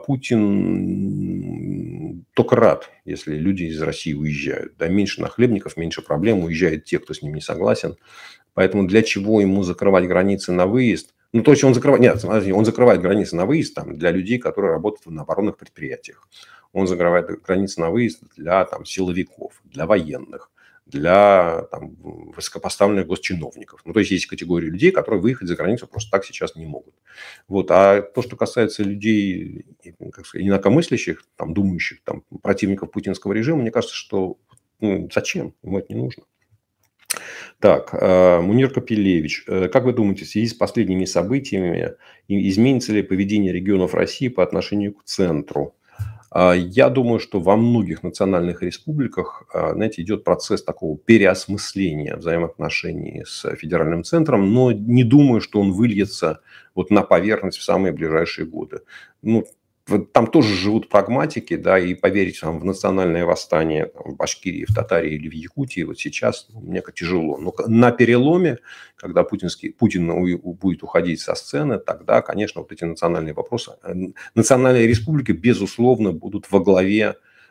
Путин только рад, если люди из России уезжают. Да, меньше нахлебников, меньше проблем, уезжают те, кто с ним не согласен. Поэтому для чего ему закрывать границы на выезд? Ну, то есть он закрывает, нет, смотрите, он закрывает границы на выезд там, для людей, которые работают на оборонных предприятиях. Он закрывает границы на выезд для там, силовиков, для военных, для там, высокопоставленных госчиновников. Ну, то есть есть категория людей, которые выехать за границу просто так сейчас не могут. Вот. А то, что касается людей, как сказать, инакомыслящих, там, думающих, там, противников путинского режима, мне кажется, что ну, зачем? Ему это не нужно. Так, э, Мунир Капилевич, э, как вы думаете, в связи с последними событиями изменится ли поведение регионов России по отношению к центру? А, Я думаю, что во многих национальных республиках, а, знаете, идет процесс такого переосмысления взаимоотношений с федеральным центром, но не думаю, что он выльется вот на поверхность в самые ближайшие годы. Ну, вот там тоже живут прагматики, да, и поверить там, в национальное восстание там, в Башкирии, в Татарии или в Якутии вот сейчас ну, мне как тяжело. Но на переломе, когда путинский, Путин будет уходить со сцены, тогда, конечно, вот эти национальные вопросы, национальные республики, безусловно, будут во главе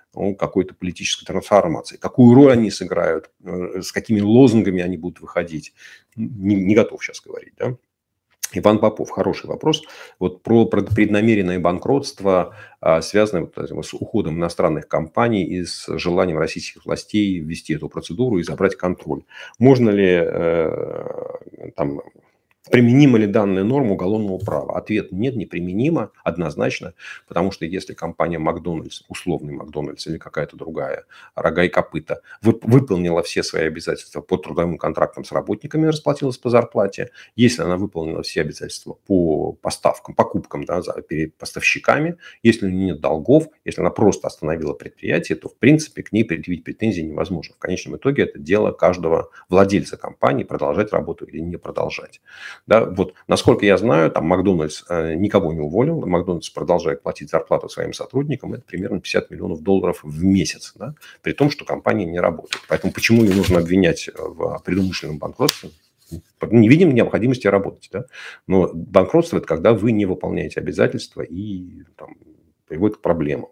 ну, какой-то политической трансформации. Какую роль они сыграют, с какими лозунгами они будут выходить, не, не готов сейчас говорить, да. Иван Попов, хороший вопрос. Вот про преднамеренное банкротство, связанное вот с уходом иностранных компаний и с желанием российских властей ввести эту процедуру и забрать контроль. Можно ли э, там... Применима ли данная норма уголовного права? Ответ – нет, неприменимо, однозначно, потому что если компания Макдональдс, условный Макдональдс или какая-то другая, рога и копыта, выполнила все свои обязательства по трудовым контрактам с работниками, расплатилась по зарплате, если она выполнила все обязательства по поставкам, покупкам, да, перед поставщиками, если у нее нет долгов, если она просто остановила предприятие, то в принципе к ней предъявить претензии невозможно. В конечном итоге это дело каждого владельца компании продолжать работу или не продолжать. Да, вот, насколько я знаю, там Макдональдс э, никого не уволил, Макдональдс продолжает платить зарплату своим сотрудникам, это примерно пятьдесят миллионов долларов в месяц, да, при том, что компания не работает. Поэтому почему ее нужно обвинять в предумышленном банкротстве? Не видим необходимости работать. Да? Но банкротство – это когда вы не выполняете обязательства и там, приводит к проблемам.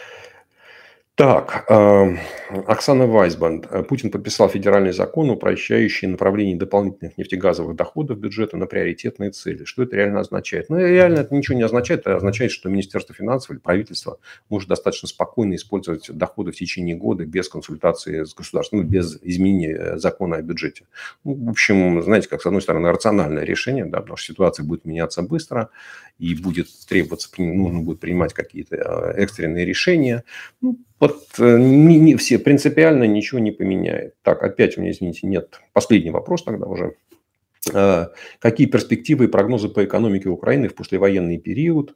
Так, Оксана Вайсбанд. Путин подписал федеральный закон, упрощающий направление дополнительных нефтегазовых доходов бюджета на приоритетные цели. Что это реально означает? Ну, реально это ничего не означает. Это означает, что Министерство финансов или правительство может достаточно спокойно использовать доходы в течение года без консультации с государством, ну, без изменения закона о бюджете. Ну, в общем, знаете, как с одной стороны рациональное решение, да, потому что ситуация будет меняться быстро и будет требоваться, нужно будет принимать какие-то экстренные решения. Ну, вот не, не все принципиально ничего не поменяет. Так, опять у меня, извините, нет. Последний вопрос тогда уже. Какие перспективы и прогнозы по экономике Украины в послевоенный период?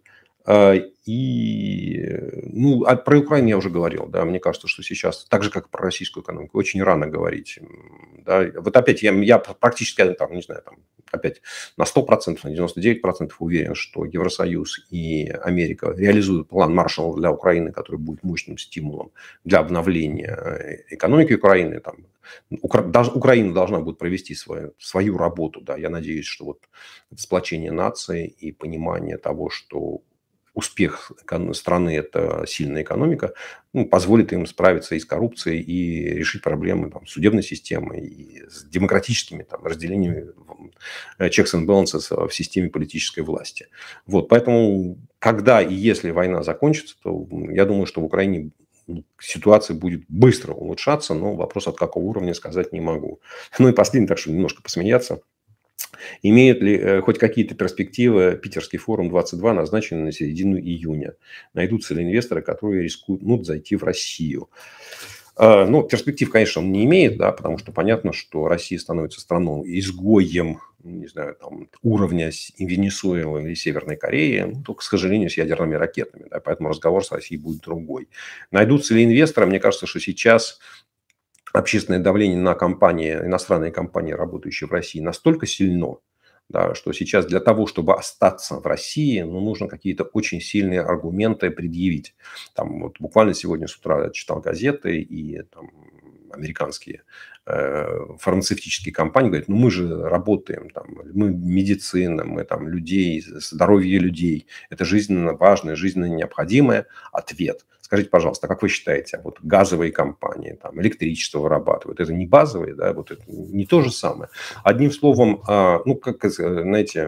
И, ну, а про Украину я уже говорил, да, мне кажется, что сейчас, так же, как и про российскую экономику, очень рано говорить, да, вот опять я, я практически, там, не знаю, там, опять на сто процентов, на девяносто девять процентов уверен, что Евросоюз и Америка реализуют план Маршалла для Украины, который будет мощным стимулом для обновления экономики Украины, там, Укра... Украина должна будет провести свою, свою работу, да, я надеюсь, что вот сплочение нации и понимание того, что успех страны – это сильная экономика, ну, позволит им справиться и с коррупцией, и решить проблемы там, судебной системы, и с демократическими там, разделениями checks and balances в системе политической власти. Вот, поэтому, когда и если война закончится, то я думаю, что в Украине ситуация будет быстро улучшаться, но вопрос, от какого уровня, сказать не могу. Ну и последний, так что немножко посмеяться. Имеют ли э, хоть какие-то перспективы Питерский форум двадцать два, назначенный на середину июня? Найдутся ли инвесторы, которые рискуют ну, зайти в Россию? Э, ну, перспектив, конечно, он не имеет, да, потому что понятно, что Россия становится страной изгоем, не знаю, там, уровня Венесуэлы или Северной Кореи, ну, только, к сожалению, с ядерными ракетами. Да, поэтому разговор с Россией будет другой. Найдутся ли инвесторы? Мне кажется, что сейчас общественное давление на компании, иностранные компании, работающие в России, настолько сильно, да, что сейчас для того, чтобы остаться в России, ну, нужно какие-то очень сильные аргументы предъявить. Там, вот буквально сегодня с утра я читал газеты, и там, американские э, фармацевтические компании говорят, ну мы же работаем, там, мы медицина, мы там людей, здоровье людей, это жизненно важное, жизненно необходимое. Ответ. Скажите, пожалуйста, как вы считаете, вот газовые компании, там, электричество вырабатывают, это не базовые, да, вот это не то же самое. Одним словом, ну, как, знаете,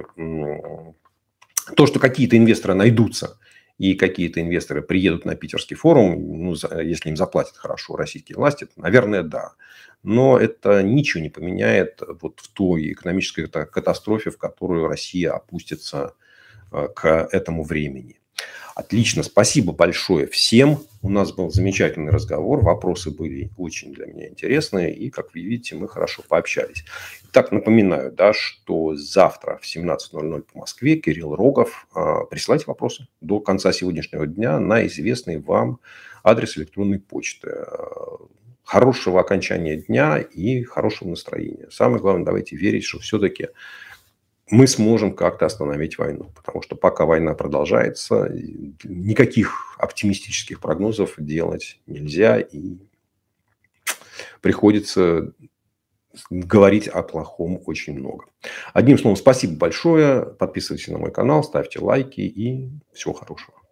то, что какие-то инвесторы найдутся, и какие-то инвесторы приедут на Питерский форум, ну, если им заплатят хорошо российские власти, наверное, да. Но это ничего не поменяет вот в той экономической катастрофе, в которую Россия опустится к этому времени. Отлично, спасибо большое всем. У нас был замечательный разговор, вопросы были очень для меня интересные, и, как вы видите, мы хорошо пообщались. Так, напоминаю, да, что завтра в семнадцать ноль ноль по Москве Кирилл Рогов. Присылайте вопросы до конца сегодняшнего дня на известный вам адрес электронной почты. Хорошего окончания дня и хорошего настроения. Самое главное, давайте верить, что все-таки мы сможем как-то остановить войну. Потому что пока война продолжается, никаких оптимистических прогнозов делать нельзя. И приходится говорить о плохом очень много. Одним словом, спасибо большое. Подписывайтесь на мой канал, ставьте лайки и всего хорошего.